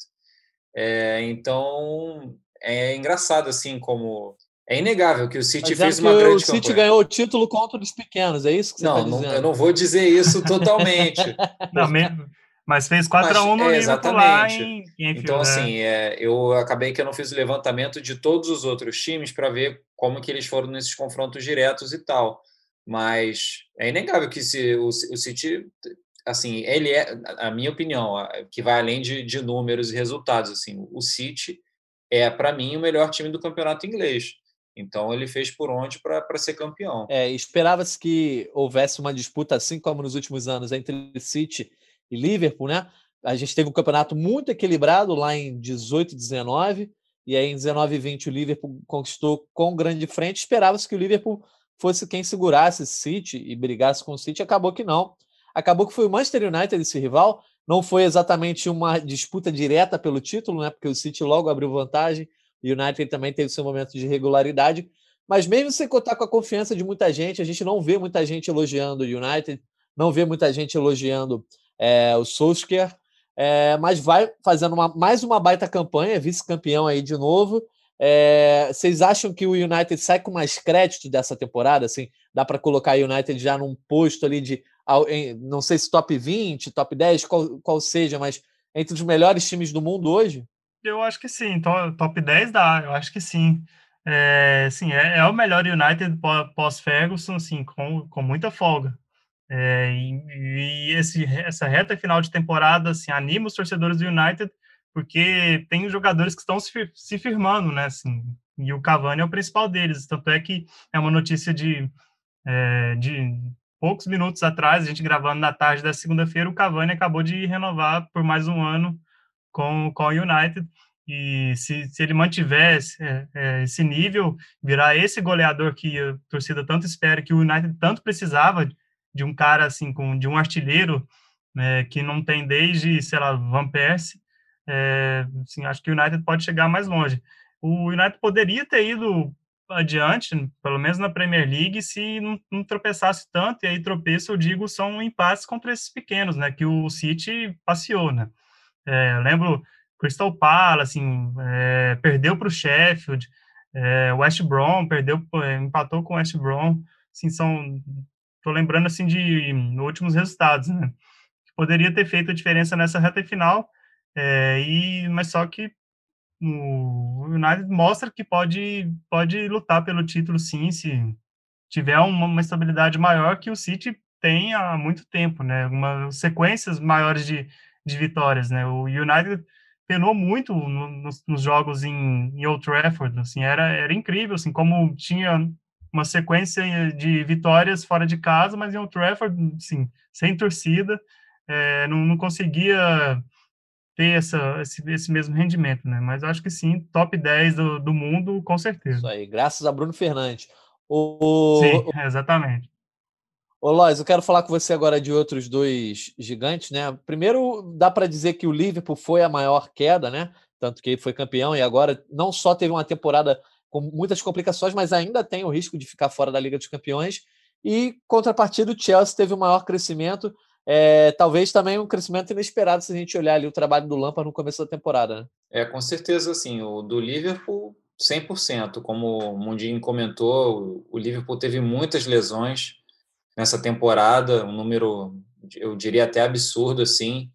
Então, é engraçado, assim, como... É inegável que o City fez uma grande campanha. O City ganhou o título contra os pequenos, é isso que você está dizendo? Eu não vou dizer isso totalmente. Não, mas fez 4-1 no Liverpool lá em Anfield. Então, assim, eu acabei que eu não fiz o levantamento de todos os outros times para ver como que eles foram nesses confrontos diretos e tal. Mas é inegável que o City, assim, ele a minha opinião, que vai além de números e resultados, assim, o City é, para mim, o melhor time do campeonato inglês. Então, ele fez por onde para ser campeão. Esperava-se que houvesse uma disputa, assim como nos últimos anos, entre City e Liverpool, né? A gente teve um campeonato muito equilibrado lá em 18 e 19, e aí em 19 e 20 o Liverpool conquistou com grande frente. Esperava-se que o Liverpool fosse quem segurasse esse City e brigasse com o City. Acabou que não. Acabou que foi o Manchester United esse rival. Não foi exatamente uma disputa direta pelo título, né? Porque o City logo abriu vantagem. O United também teve seu momento de regularidade. Mas mesmo sem contar com a confiança de muita gente, a gente não vê muita gente elogiando o United, não vê muita gente elogiando o Solskjaer, mas vai fazendo mais uma baita campanha, vice-campeão aí de novo. Vocês acham que o United sai com mais crédito dessa temporada? Assim, dá para colocar o United já num posto ali de, não sei se top 20, top 10, qual seja, mas entre os melhores times do mundo hoje? Eu acho que sim, top 10 dá, eu acho que sim. Sim, é o melhor United pós-Ferguson, assim, com muita folga. Essa reta final de temporada assim, anima os torcedores do United, porque tem os jogadores que estão se firmando, né? Assim, e o Cavani é o principal deles. Tanto é que é uma notícia de poucos minutos atrás, a gente gravando na tarde da segunda-feira, o Cavani acabou de renovar por mais um ano com o United. E se ele mantiver esse nível, virar esse goleador que a torcida tanto espera, que o United tanto precisava, de um cara assim, de um artilheiro, né, que não tem desde, sei lá, Van Persie, assim, acho que o United pode chegar mais longe. O United poderia ter ido adiante, pelo menos na Premier League, se não tropeçasse tanto, e aí tropeço, eu digo, são empates contra esses pequenos, né, que o City passeou, né. Eu lembro Crystal Palace, assim, perdeu para o Sheffield, West Brom empatou com o West Brom, assim, tô lembrando assim de últimos resultados, né? Que poderia ter feito a diferença nessa reta final, mas só que o United mostra que pode lutar pelo título, sim, se tiver uma estabilidade maior que o City tem há muito tempo, né? Umas sequências maiores de vitórias, né? O United penou muito nos jogos em Old Trafford, assim, era incrível, assim, como tinha uma sequência de vitórias fora de casa, mas em Old Trafford, assim, sem torcida, não conseguia ter esse mesmo rendimento, né? Mas acho que sim, top 10 do mundo, com certeza. Isso aí, graças a Bruno Fernandes. Sim, exatamente. Ô, Lois, eu quero falar com você agora de outros dois gigantes, né? Primeiro, dá para dizer que o Liverpool foi a maior queda, né? Tanto que ele foi campeão e agora não só teve uma temporada com muitas complicações, mas ainda tem o risco de ficar fora da Liga dos Campeões. E, contrapartida, o Chelsea teve o maior crescimento, talvez também um crescimento inesperado se a gente olhar ali o trabalho do Lampard no começo da temporada, né? Com certeza, assim, o do Liverpool, 100%. Como o Mundinho comentou, o Liverpool teve muitas lesões nessa temporada, um número, eu diria até absurdo, assim.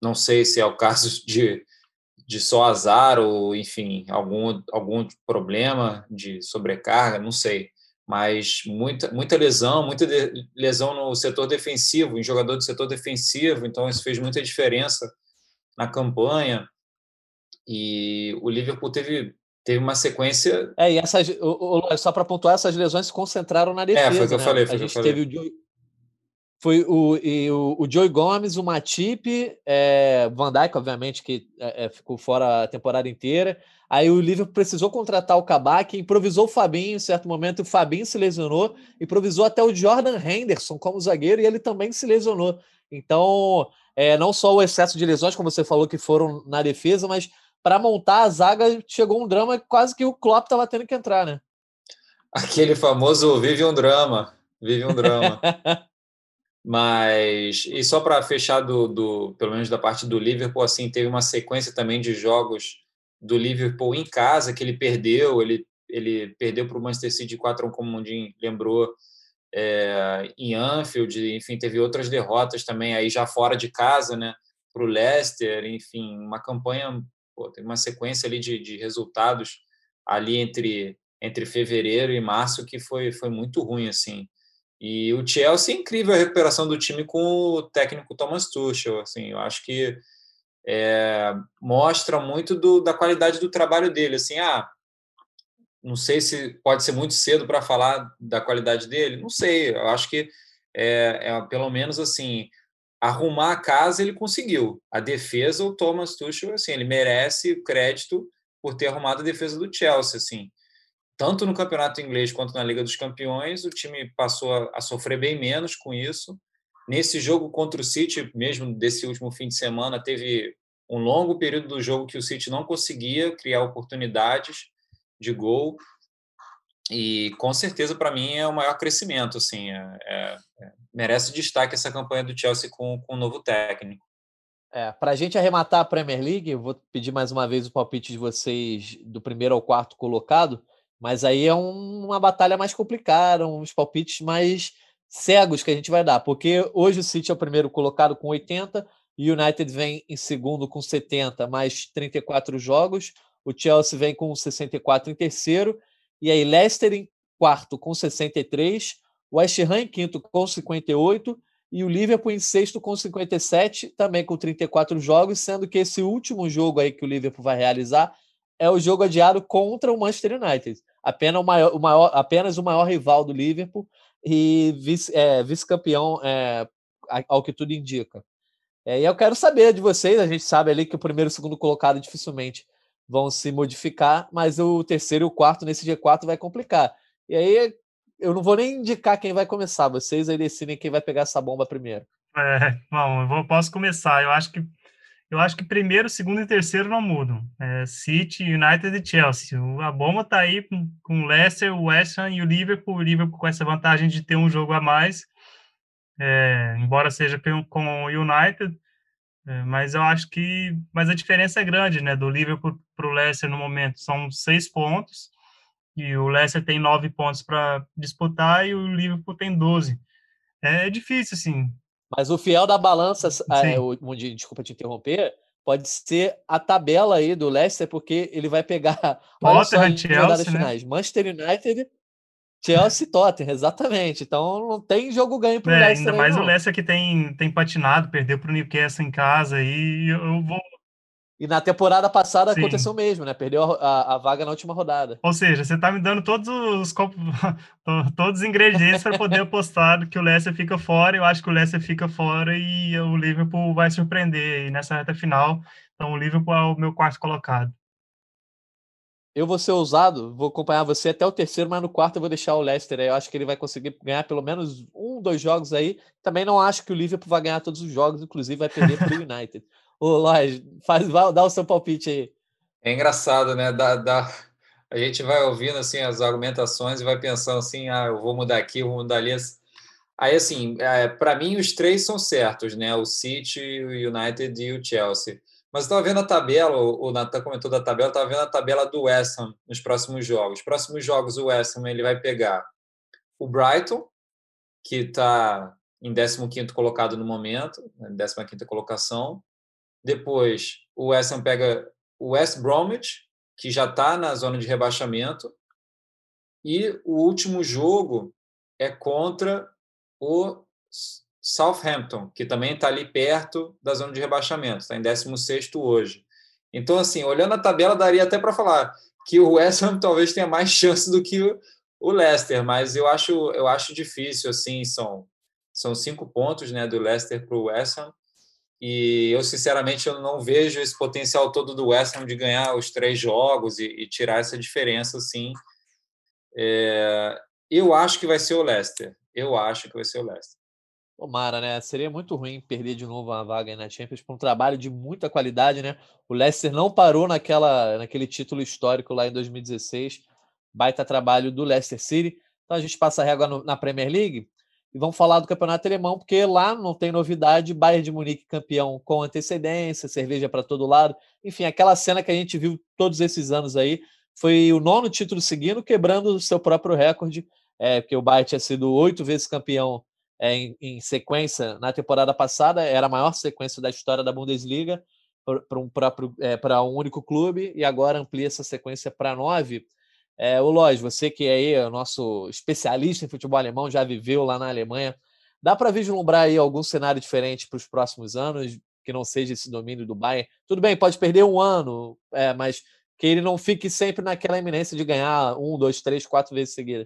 Não sei se é o caso de só azar ou, enfim, algum problema de sobrecarga, não sei. Mas muita lesão, lesão no setor defensivo, em jogador do setor defensivo, então isso fez muita diferença na campanha. E o Liverpool teve uma sequência. E essas, só para pontuar, essas lesões se concentraram na defesa. Foi o que eu falei. A gente teve foi o Joey Gomes, o Matip, Van Dijk, obviamente, que ficou fora a temporada inteira. Aí o Liverpool precisou contratar o Kabak, improvisou o Fabinho em certo momento, o Fabinho se lesionou, improvisou até o Jordan Henderson como zagueiro e ele também se lesionou. Então, não só o excesso de lesões, como você falou, que foram na defesa, mas para montar a zaga chegou um drama quase que o Klopp estava tendo que entrar, né? Aquele famoso vive um drama. Mas, e só para fechar pelo menos da parte do Liverpool, assim, teve uma sequência também de jogos do Liverpool em casa que ele perdeu para o Manchester City 4-1, como o Mundinho lembrou, em Anfield, enfim, teve outras derrotas também aí já fora de casa, né, para o Leicester, enfim, uma campanha, teve uma sequência ali de resultados ali entre fevereiro e março que foi muito ruim, assim. E o Chelsea, incrível a recuperação do time com o técnico Thomas Tuchel. Assim, eu acho que mostra muito da qualidade do trabalho dele. Assim, não sei se pode ser muito cedo para falar da qualidade dele. Não sei. Eu acho que pelo menos assim, arrumar a casa ele conseguiu. A defesa, o Thomas Tuchel, assim, ele merece crédito por ter arrumado a defesa do Chelsea. Assim, tanto no campeonato inglês quanto na Liga dos Campeões, o time passou a sofrer bem menos com isso. Nesse jogo contra o City, mesmo desse último fim de semana, teve um longo período do jogo que o City não conseguia criar oportunidades de gol. E, com certeza, para mim, é o maior crescimento. Assim, merece destaque essa campanha do Chelsea com o novo técnico. Para a gente arrematar a Premier League, eu vou pedir mais uma vez o palpite de vocês do primeiro ao quarto colocado, mas aí é uma batalha mais complicada, uns palpites mais cegos que a gente vai dar, porque hoje o City é o primeiro colocado com 80, o United vem em segundo com 70, mais 34 jogos, o Chelsea vem com 64 em terceiro, e aí Leicester em quarto com 63, o West Ham em quinto com 58, e o Liverpool em sexto com 57, também com 34 jogos, sendo que esse último jogo aí que o Liverpool vai realizar é o jogo adiado contra o Manchester United. Apenas o maior rival do Liverpool e vice-campeão, ao que tudo indica. E eu quero saber de vocês, a gente sabe ali que o primeiro e o segundo colocado dificilmente vão se modificar, mas o terceiro e o quarto nesse G4 vai complicar. E aí eu não vou nem indicar quem vai começar, vocês aí decidem quem vai pegar essa bomba primeiro. Bom, eu posso começar. Eu acho que primeiro, segundo e terceiro não mudam. City, United e Chelsea. A bomba tá aí com o Leicester, o West Ham e o Liverpool. O Liverpool com essa vantagem de ter um jogo a mais, embora seja com o United. Mas eu acho que a diferença é grande, né? Do Liverpool para o Leicester no momento são 6 pontos. E o Leicester tem 9 pontos para disputar e o Liverpool tem 12. É difícil, assim. Mas o fiel da balança, desculpa te interromper, pode ser a tabela aí do Leicester, porque ele vai pegar, olha só, as rodadas finais, Manchester United, Chelsea e Tottenham, exatamente. Então não tem jogo ganho pro Leicester. Ainda mais o Leicester que tem patinado, perdeu pro Newcastle em casa, e eu vou... E na temporada passada aconteceu o mesmo, né? Perdeu a vaga na última rodada. Ou seja, você tá me dando todos os ingredientes para poder apostar que o Leicester fica fora. Eu acho que o Leicester fica fora e o Liverpool vai surpreender aí nessa reta final. Então o Liverpool é o meu quarto colocado. Eu vou ser ousado, vou acompanhar você até o terceiro, mas no quarto eu vou deixar o Leicester aí. Eu acho que ele vai conseguir ganhar pelo menos 2 jogos aí. Também não acho que o Liverpool vai ganhar todos os jogos, inclusive vai perder para o United. Ô, Lóis, dá o seu palpite aí. É engraçado, né? A gente vai ouvindo assim as argumentações e vai pensando assim, eu vou mudar aqui, eu vou mudar ali. Aí, assim, para mim os 3 são certos, né? O City, o United e o Chelsea. Mas eu estava vendo a tabela, o Nathan comentou da tabela, estava vendo a tabela do West Ham nos próximos jogos. Os próximos jogos, o West Ham ele vai pegar o Brighton, que está em 15º colocado no momento, 15ª colocação. Depois, o West Ham pega o West Bromwich, que já está na zona de rebaixamento. E o último jogo é contra o Southampton, que também está ali perto da zona de rebaixamento, está em 16º hoje. Então, assim, olhando a tabela, daria até para falar que o West Ham talvez tenha mais chance do que o Leicester, mas eu acho difícil, assim, são 5 pontos, né, do Leicester para o West Ham, e eu, sinceramente, eu não vejo esse potencial todo do West Ham de ganhar os 3 jogos e tirar essa diferença, assim. Eu acho que vai ser o Leicester. Tomara, né? Seria muito ruim perder de novo uma vaga aí na Champions por um trabalho de muita qualidade, né? O Leicester não parou naquele título histórico lá em 2016. Baita trabalho do Leicester City. Então a gente passa a régua na Premier League e vamos falar do campeonato alemão, porque lá não tem novidade. Bayern de Munique campeão com antecedência, cerveja para todo lado. Enfim, aquela cena que a gente viu todos esses anos aí. Foi o 9º título seguindo, quebrando o seu próprio recorde, porque o Bayern tinha sido 8 vezes campeão em sequência na temporada passada, era a maior sequência da história da Bundesliga para um único clube, e agora amplia essa sequência para 9. O Lois, você que é aí o nosso especialista em futebol alemão, já viveu lá na Alemanha, dá para vislumbrar aí algum cenário diferente para os próximos anos, que não seja esse domínio do Bayern? Tudo bem, pode perder um ano, mas que ele não fique sempre naquela iminência de ganhar 1, 2, 3, 4 vezes seguida.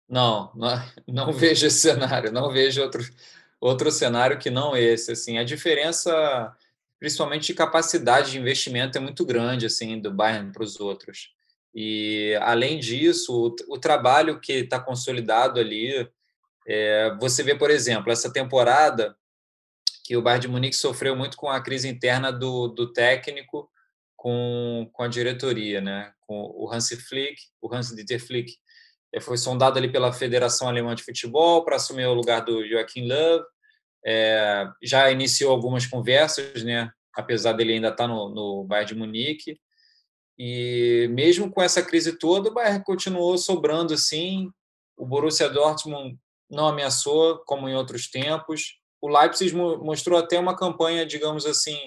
Não vejo esse cenário, não vejo outro cenário que não esse. Assim, a diferença, principalmente de capacidade de investimento, é muito grande, assim, do Bayern para os outros. E, além disso, o trabalho que está consolidado ali, você vê, por exemplo, essa temporada que o Bayern de Munique sofreu muito com a crise interna do técnico com a diretoria, né? Com o Hans-Dieter Flick. Foi sondado ali pela Federação Alemã de Futebol para assumir o lugar do Joachim Löw. Já iniciou algumas conversas, né? Apesar dele ainda estar no Bayern de Munique. E mesmo com essa crise toda, o Bayern continuou sobrando, assim. O Borussia Dortmund não ameaçou, como em outros tempos. O Leipzig mostrou até uma campanha, digamos assim,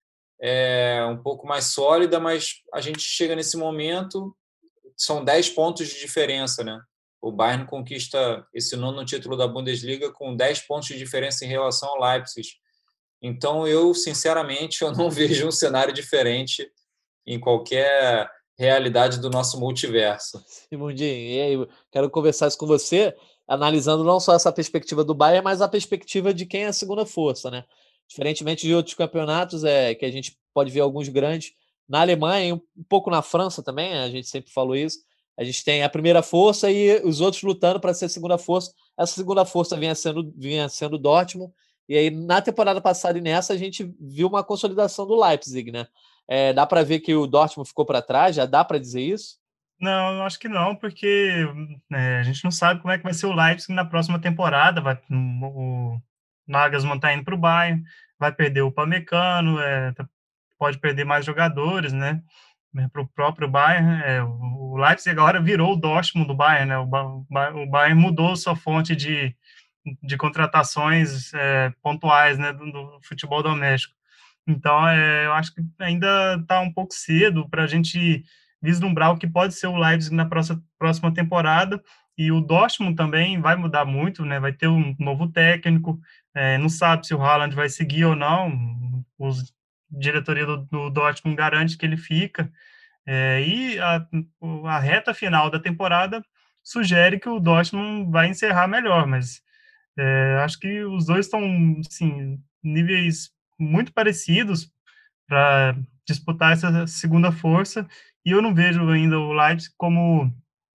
um pouco mais sólida, mas a gente chega nesse momento, são 10 pontos de diferença, né? O Bayern conquista esse 9º título da Bundesliga com 10 pontos de diferença em relação ao Leipzig. Então, eu, sinceramente, eu não vejo um cenário diferente em qualquer realidade do nosso multiverso. Simundinho, e aí, quero conversar isso com você, analisando não só essa perspectiva do Bayern, mas a perspectiva de quem é a segunda força, né? Diferentemente de outros campeonatos, que a gente pode ver alguns grandes, na Alemanha e um pouco na França também, a gente sempre falou isso, a gente tem a primeira força e os outros lutando para ser a segunda força. Essa segunda força vinha sendo o Dortmund, e aí na temporada passada e nessa a gente viu uma consolidação do Leipzig, né? Dá para ver que o Dortmund ficou para trás, já dá para dizer isso? Não, eu acho que não, porque a gente não sabe como é que vai ser o Leipzig na próxima temporada. O Nagelsmann está indo para o Bayern, vai perder o Upamecano, pode perder mais jogadores, né? Para o próprio Bayern. O Leipzig agora virou o Dortmund do Bayern, né? O Bayern mudou sua fonte de contratações pontuais, né, do futebol doméstico. Então, eu acho que ainda está um pouco cedo para a gente vislumbrar o que pode ser o Leipzig na próxima temporada, e o Dortmund também vai mudar muito, né? Vai ter um novo técnico, não sabe se o Haaland vai seguir ou não, a diretoria do Dortmund garante que ele fica, e a reta final da temporada sugere que o Dortmund vai encerrar melhor, mas acho que os dois estão, assim, níveis muito parecidos para disputar essa segunda força, e eu não vejo ainda o Leipzig como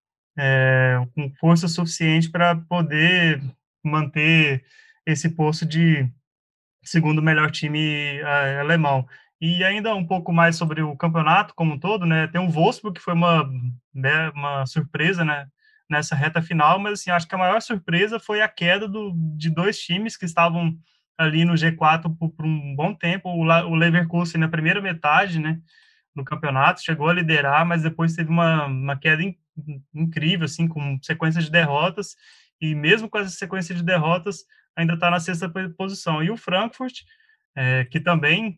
com força suficiente para poder manter esse posto de segundo melhor time alemão. E ainda um pouco mais sobre o campeonato como um todo, né? Tem o Wolfsburg, que foi uma surpresa, né, nessa reta final, mas assim, acho que a maior surpresa foi a queda de 2 times que estavam ali no G4 por um bom tempo. O Leverkusen na primeira metade, né, do campeonato, chegou a liderar, mas depois teve uma queda incrível, assim, com sequência de derrotas, e mesmo com essa sequência de derrotas, ainda está na 6ª posição. E o Frankfurt, que também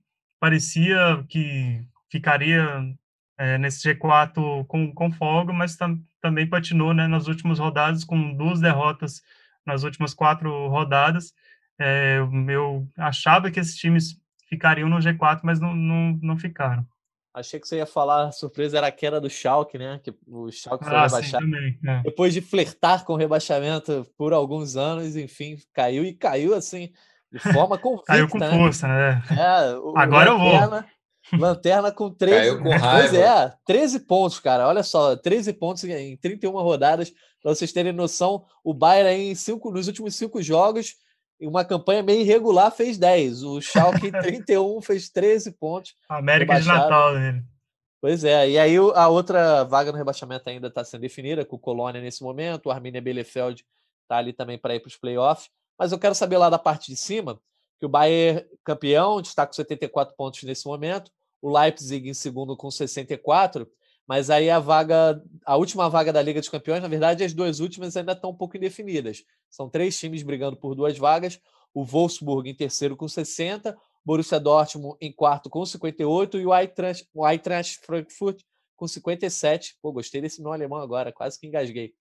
parecia que ficaria nesse G4 com folga, mas também patinou, né, nas últimas rodadas, com 2 derrotas nas últimas 4 rodadas. Eu achava que esses times ficariam no G4, mas não ficaram. Achei que você ia falar, a surpresa era a queda do Schalke, né? Que o Schalke foi Sim, rebaixado. também. Depois de flertar com o rebaixamento por alguns anos, enfim, caiu e caiu assim, de forma Caiu com convicta, né? força, né? O Agora eu vou. Lanterna com 13. Caiu com Pois raiva. é, 13 pontos, cara. Olha só, 13 pontos em 31 rodadas. Para vocês terem noção, o Bayern aí nos últimos 5 jogos, em uma campanha meio irregular, fez 10. O Schalke em 31 fez 13 pontos. América de Rebaixado. Natal dele. Pois é, e aí a outra vaga no rebaixamento ainda está sendo definida, com o Colônia nesse momento, o Arminia Bielefeld está ali também para ir para os playoffs, mas eu quero saber lá da parte de cima, que o Bayern campeão, está com 74 pontos nesse momento, o Leipzig em segundo com 64, mas aí a última vaga da Liga dos Campeões, na verdade as 2 últimas ainda estão um pouco indefinidas, são 3 times brigando por 2 vagas, o Wolfsburg em terceiro com 60, Borussia Dortmund em quarto com 58 e o Eintracht Frankfurt com 57. Pô, gostei desse nome alemão agora, quase que engasguei.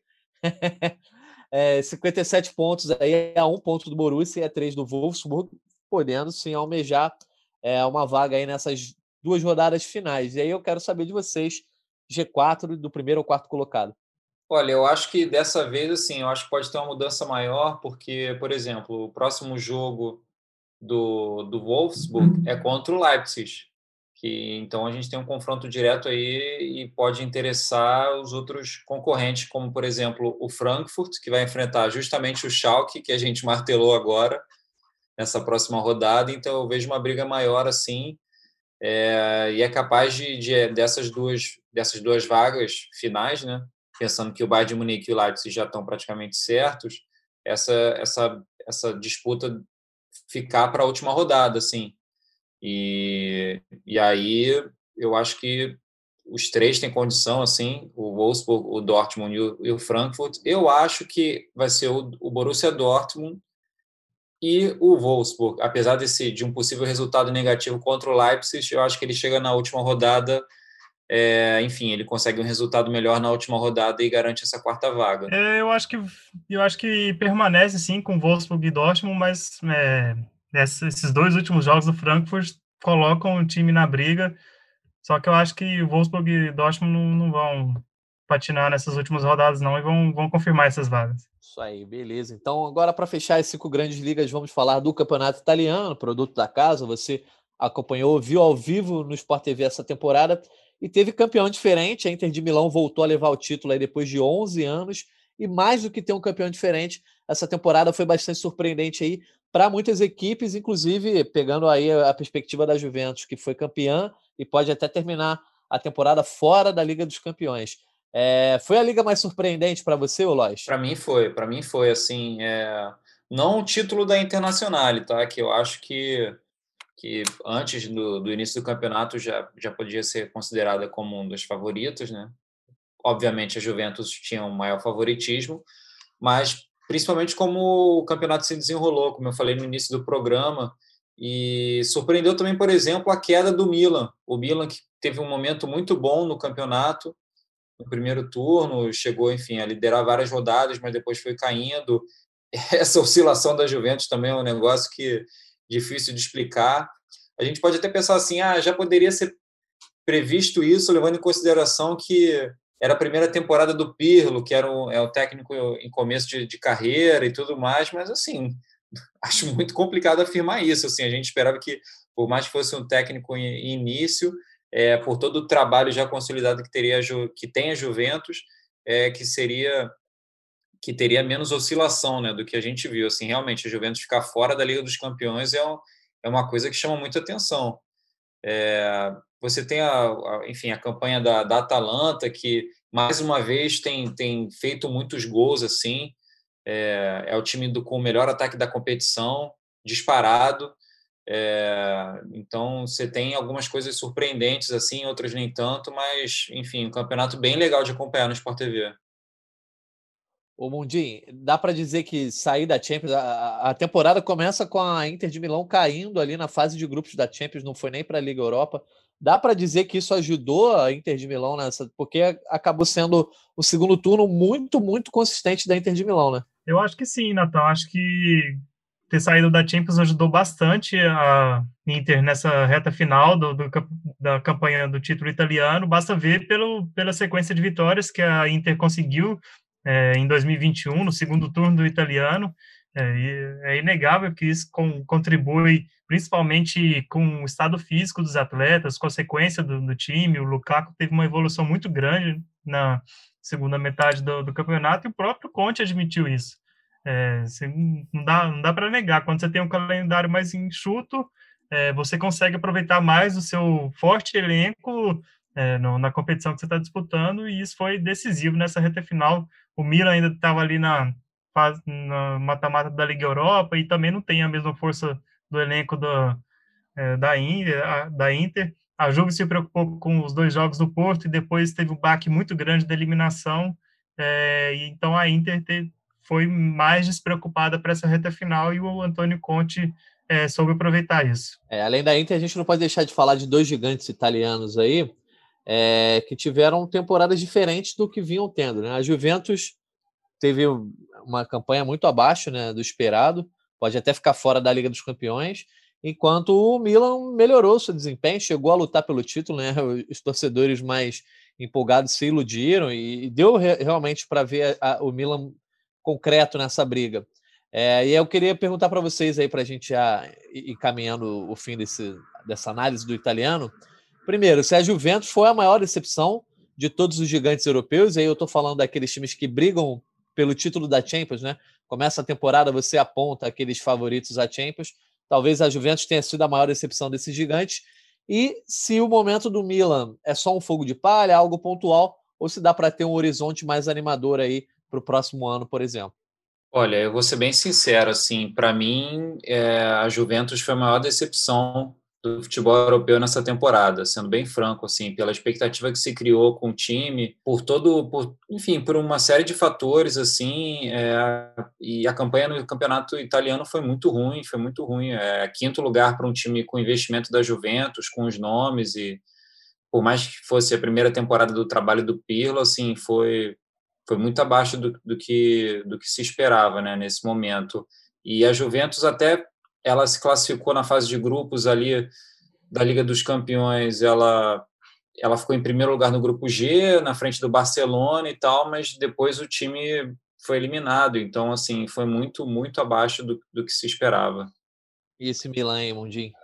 57 pontos aí, é 1 ponto do Borussia e 3 do Wolfsburg, podendo sim almejar uma vaga aí nessas 2 rodadas finais. E aí eu quero saber de vocês, G4 do primeiro ao quarto colocado. Olha, eu acho que dessa vez, assim, eu acho que pode ter uma mudança maior, porque, por exemplo, o próximo jogo do Wolfsburg é contra o Leipzig, que então a gente tem um confronto direto aí e pode interessar os outros concorrentes, como por exemplo o Frankfurt, que vai enfrentar justamente o Schalke, que a gente martelou agora nessa próxima rodada. Então eu vejo uma briga maior assim, e é capaz dessas duas vagas finais, né? Pensando que o Bayern de Munique e o Leipzig já estão praticamente certos, essa disputa ficar para a última rodada, assim. E aí eu acho que os 3 têm condição, assim, o Wolfsburg, o Dortmund e o Frankfurt. Eu acho que vai ser o Borussia Dortmund e o Wolfsburg. Apesar de um possível resultado negativo contra o Leipzig, eu acho que ele chega na última rodada, enfim, ele consegue um resultado melhor na última rodada e garante essa 4ª vaga. Eu acho que permanece sim com Wolfsburg e Dortmund, mas esses 2 últimos jogos do Frankfurt colocam o time na briga. Só que eu acho que o Wolfsburg e Dortmund não vão patinar nessas últimas rodadas não e vão confirmar essas vagas. Isso aí, beleza. Então, agora para fechar as 5 grandes ligas, vamos falar do Campeonato Italiano, produto da casa. Você acompanhou, viu ao vivo no Sport TV essa temporada e teve campeão diferente. A Inter de Milão voltou a levar o título aí depois de 11 anos e mais do que ter um campeão diferente, essa temporada foi bastante surpreendente aí para muitas equipes, inclusive pegando aí a perspectiva da Juventus, que foi campeã e pode até terminar a temporada fora da Liga dos Campeões. Foi a liga mais surpreendente para você, Lois? Para mim foi assim, não o título da Internazionale, tá? Que eu acho que antes do início do campeonato já podia ser considerada como um dos favoritos, né? Obviamente a Juventus tinha um maior favoritismo, mas principalmente como o campeonato se desenrolou, como eu falei no início do programa, e surpreendeu também, por exemplo, a queda do Milan. O Milan, que teve um momento muito bom no campeonato, no primeiro turno, chegou, enfim, a liderar várias rodadas, mas depois foi caindo. Essa oscilação da Juventus também é um negócio que difícil de explicar. A gente pode até pensar assim, já poderia ser previsto isso, levando em consideração que era a primeira temporada do Pirlo, que é o técnico em começo de carreira e tudo mais, mas assim, acho muito complicado afirmar isso. Assim, a gente esperava que, por mais que fosse um técnico em início, por todo o trabalho já consolidado que tem a Juventus, que teria menos oscilação, né, do que a gente viu. Assim, realmente, a Juventus ficar fora da Liga dos Campeões é uma coisa que chama muita atenção. Você tem enfim, a campanha da Atalanta, que mais uma vez tem feito muitos gols, assim, é o time com o melhor ataque da competição, disparado. Então você tem algumas coisas surpreendentes, assim, outras nem tanto, mas enfim, um campeonato bem legal de acompanhar no Sport TV. Ô, Mundim, dá para dizer que sair da Champions, a temporada começa com a Inter de Milão caindo ali na fase de grupos da Champions, não foi nem para a Liga Europa. Dá para dizer que isso ajudou a Inter de Milão nessa, porque acabou sendo o segundo turno muito, muito consistente da Inter de Milão, né? Eu acho que sim, Natão. Acho que ter saído da Champions ajudou bastante a Inter nessa reta final da campanha do título italiano. Basta ver pela sequência de vitórias que a Inter conseguiu em 2021, no segundo turno do italiano. E é inegável que isso contribui principalmente com o estado físico dos atletas, com a sequência do time. O Lukaku teve uma evolução muito grande na segunda metade do campeonato, e o próprio Conte admitiu isso. Não dá para negar. Quando você tem um calendário mais enxuto, você consegue aproveitar mais o seu forte elenco na competição que você está disputando, e isso foi decisivo nessa reta final. O Milan ainda estava ali na mata-mata da Liga Europa e também não tem a mesma força do elenco da Inter. A Juve se preocupou com os 2 jogos do Porto e depois teve um baque muito grande da eliminação, e então a Inter foi mais despreocupada para essa reta final, e o Antônio Conte soube aproveitar isso. Além da Inter, a gente não pode deixar de falar de 2 gigantes italianos aí, que tiveram temporadas diferentes do que vinham tendo, né? A Juventus teve uma campanha muito abaixo, né, do esperado, pode até ficar fora da Liga dos Campeões, enquanto o Milan melhorou seu desempenho, chegou a lutar pelo título, né? Os torcedores mais empolgados se iludiram e deu realmente para ver o Milan concreto nessa briga. E eu queria perguntar para vocês aí, para a gente já ir caminhando o fim dessa análise do italiano. Primeiro, se a Juventus foi a maior decepção de todos os gigantes europeus, e aí eu estou falando daqueles times que brigam pelo título da Champions, né? Começa a temporada, você aponta aqueles favoritos à Champions. Talvez a Juventus tenha sido a maior decepção desses gigantes. E se o momento do Milan é só um fogo de palha, algo pontual, ou se dá para ter um horizonte mais animador aí para o próximo ano, por exemplo? Olha, eu vou ser bem sincero, assim, para mim, a Juventus foi a maior decepção do futebol europeu nessa temporada, sendo bem franco, assim, pela expectativa que se criou com o time, enfim, por uma série de fatores, assim, e a campanha no campeonato italiano foi muito ruim, quinto lugar para um time com investimento da Juventus, com os nomes, e por mais que fosse a primeira temporada do trabalho do Pirlo, assim, foi muito abaixo do que se esperava, né, nesse momento. E a Juventus até ela se classificou na fase de grupos ali da Liga dos Campeões, ela ficou em primeiro lugar no grupo G, na frente do Barcelona e tal, mas depois o time foi eliminado, então assim, foi muito, muito abaixo do que se esperava. E esse Milan aí, Mundinho?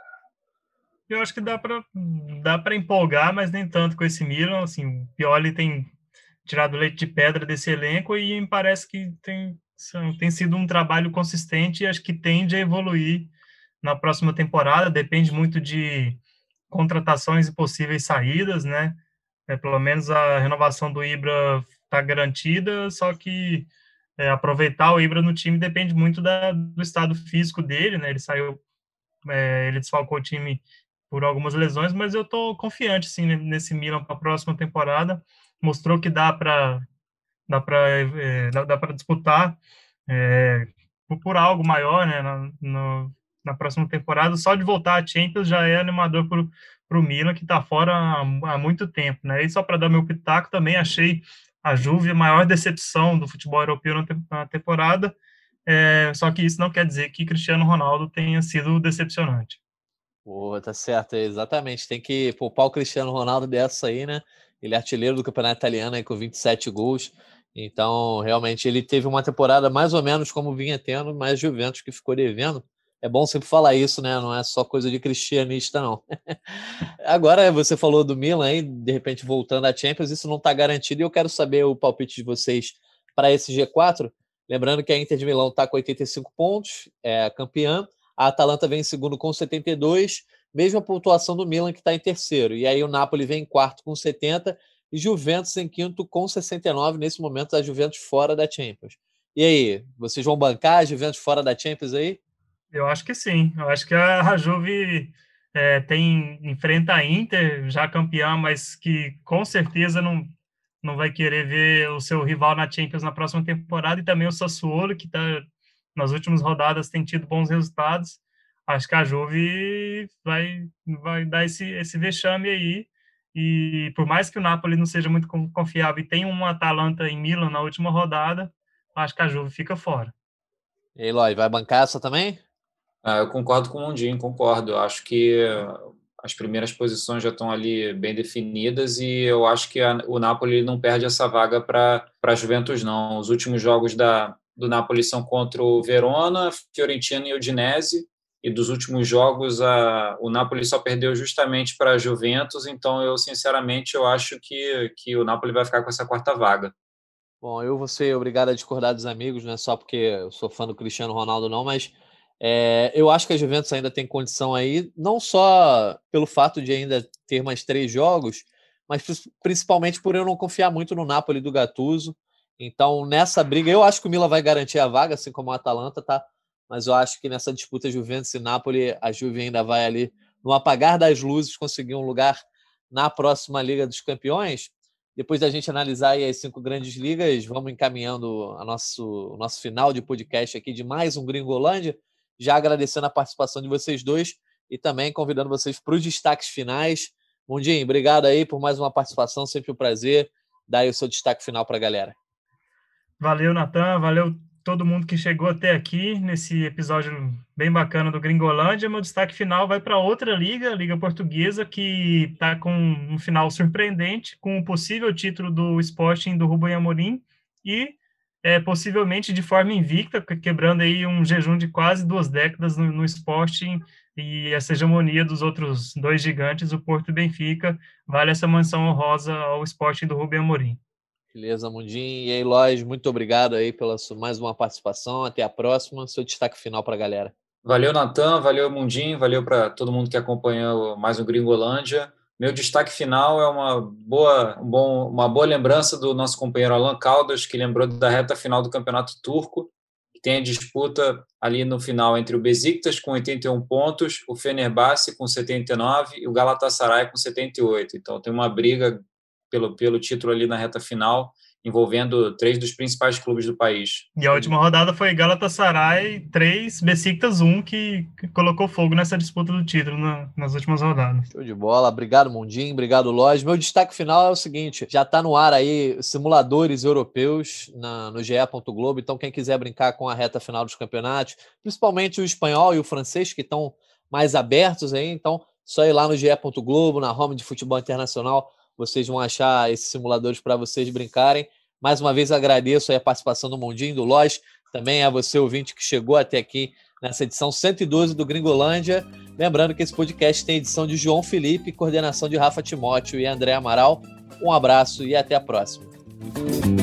Eu acho que dá para empolgar, mas nem tanto com esse Milan. Assim, o Pioli tem tirado leite de pedra desse elenco e me parece que tem sido um trabalho consistente, e acho que tende a evoluir na próxima temporada. Depende muito de contratações e possíveis saídas, né? Pelo menos a renovação do Ibra está garantida, só que aproveitar o Ibra no time depende muito do estado físico dele, né? Ele desfalcou o time por algumas lesões, mas eu estou confiante, sim, nesse Milan para a próxima temporada. Mostrou que dá para disputar por algo maior, né, na próxima temporada. Só de voltar à Champions já é animador para o Milan, que está fora há muito tempo, né? E só para dar meu pitaco, também achei a Juve a maior decepção do futebol europeu na temporada, só que isso não quer dizer que Cristiano Ronaldo tenha sido decepcionante. Pô, tá certo, exatamente. Tem que poupar o Cristiano Ronaldo dessa aí, né? Ele é artilheiro do campeonato italiano aí com 27 gols. Então, realmente, ele teve uma temporada mais ou menos como vinha tendo, mas Juventus que ficou devendo. É bom sempre falar isso, né? Não é só coisa de cristianista, não. Agora, você falou do Milan aí, de repente voltando à Champions, isso não está garantido, e eu quero saber o palpite de vocês para esse G4. Lembrando que a Inter de Milão está com 85 pontos, é campeã. A Atalanta vem em segundo com 72, mesma pontuação do Milan, que está em terceiro. E aí o Napoli vem em quarto com 70 e Juventus em quinto com 69. Nesse momento, a Juventus fora da Champions. E aí, vocês vão bancar a Juventus fora da Champions aí? Eu acho que sim. Eu acho que a Juve enfrenta a Inter, já campeã, mas que com certeza não vai querer ver o seu rival na Champions na próxima temporada, e também o Sassuolo, que nas últimas rodadas tem tido bons resultados. Acho que a Juve vai dar esse vexame aí, e por mais que o Napoli não seja muito confiável e tenha um Atalanta em Milan na última rodada, acho que a Juve fica fora. E aí, Lói, vai bancar essa também? Eu concordo com o Mundinho, concordo. Eu acho que as primeiras posições já estão ali bem definidas, e eu acho que o Napoli não perde essa vaga para a Juventus, não. Os últimos jogos do Napoli são contra o Verona, Fiorentina e Udinese, e dos últimos jogos o Napoli só perdeu justamente para a Juventus, então eu sinceramente eu acho que o Napoli vai ficar com essa quarta vaga. Bom, eu vou ser obrigado a discordar dos amigos, não é só porque eu sou fã do Cristiano Ronaldo não, mas eu acho que a Juventus ainda tem condição aí, não só pelo fato de ainda ter mais 3 jogos, mas principalmente por eu não confiar muito no Napoli do Gattuso. Então, nessa briga, eu acho que o Milan vai garantir a vaga, assim como o Atalanta, tá? Mas eu acho que nessa disputa Juventus e Napoli, a Juve ainda vai ali, no apagar das luzes, conseguir um lugar na próxima Liga dos Campeões. Depois da gente analisar aí as 5 grandes ligas, vamos encaminhando o nosso final de podcast aqui de mais um Gringolândia, já agradecendo a participação de vocês dois e também convidando vocês para os destaques finais. Mundinho, obrigado aí por mais uma participação, sempre um prazer. Dá aí o seu destaque final para a galera. Valeu, Natan, valeu todo mundo que chegou até aqui nesse episódio bem bacana do Gringolândia. Meu destaque final vai para outra liga, a Liga Portuguesa, que está com um final surpreendente, com o possível título do Sporting do Rubem Amorim e possivelmente de forma invicta, quebrando aí um jejum de quase 2 décadas no Sporting e essa hegemonia dos outros 2 gigantes, o Porto e o Benfica. Vale essa menção honrosa ao Sporting do Rubem Amorim. Beleza, Mundinho. E aí, Lóis, muito obrigado aí pela mais uma participação. Até a próxima. Seu destaque final para a galera. Valeu, Natan. Valeu, Mundinho. Valeu para todo mundo que acompanhou mais um Gringolândia. Meu destaque final é uma boa lembrança do nosso companheiro Alan Caldas, que lembrou da reta final do Campeonato Turco, que tem a disputa ali no final entre o Besiktas com 81 pontos, o Fenerbahçe com 79 e o Galatasaray com 78. Então tem uma briga pelo título ali na reta final, envolvendo 3 dos principais clubes do país. E a última rodada foi Galatasaray 3, Besiktas 1, que colocou fogo nessa disputa do título nas últimas rodadas. Show de bola. Obrigado, Mundinho. Obrigado, Lóis. Meu destaque final é o seguinte, já está no ar aí simuladores europeus no GE. Globo, então quem quiser brincar com a reta final dos campeonatos, principalmente o espanhol e o francês, que estão mais abertos aí, então só ir lá no GE. Globo, na home de futebol internacional, vocês vão achar esses simuladores para vocês brincarem. Mais uma vez agradeço aí a participação do Mundinho, do Lóis, também a você, ouvinte, que chegou até aqui nessa edição 112 do Gringolândia. Lembrando que esse podcast tem edição de João Felipe, coordenação de Rafa Timóteo e André Amaral. Um abraço e até a próxima.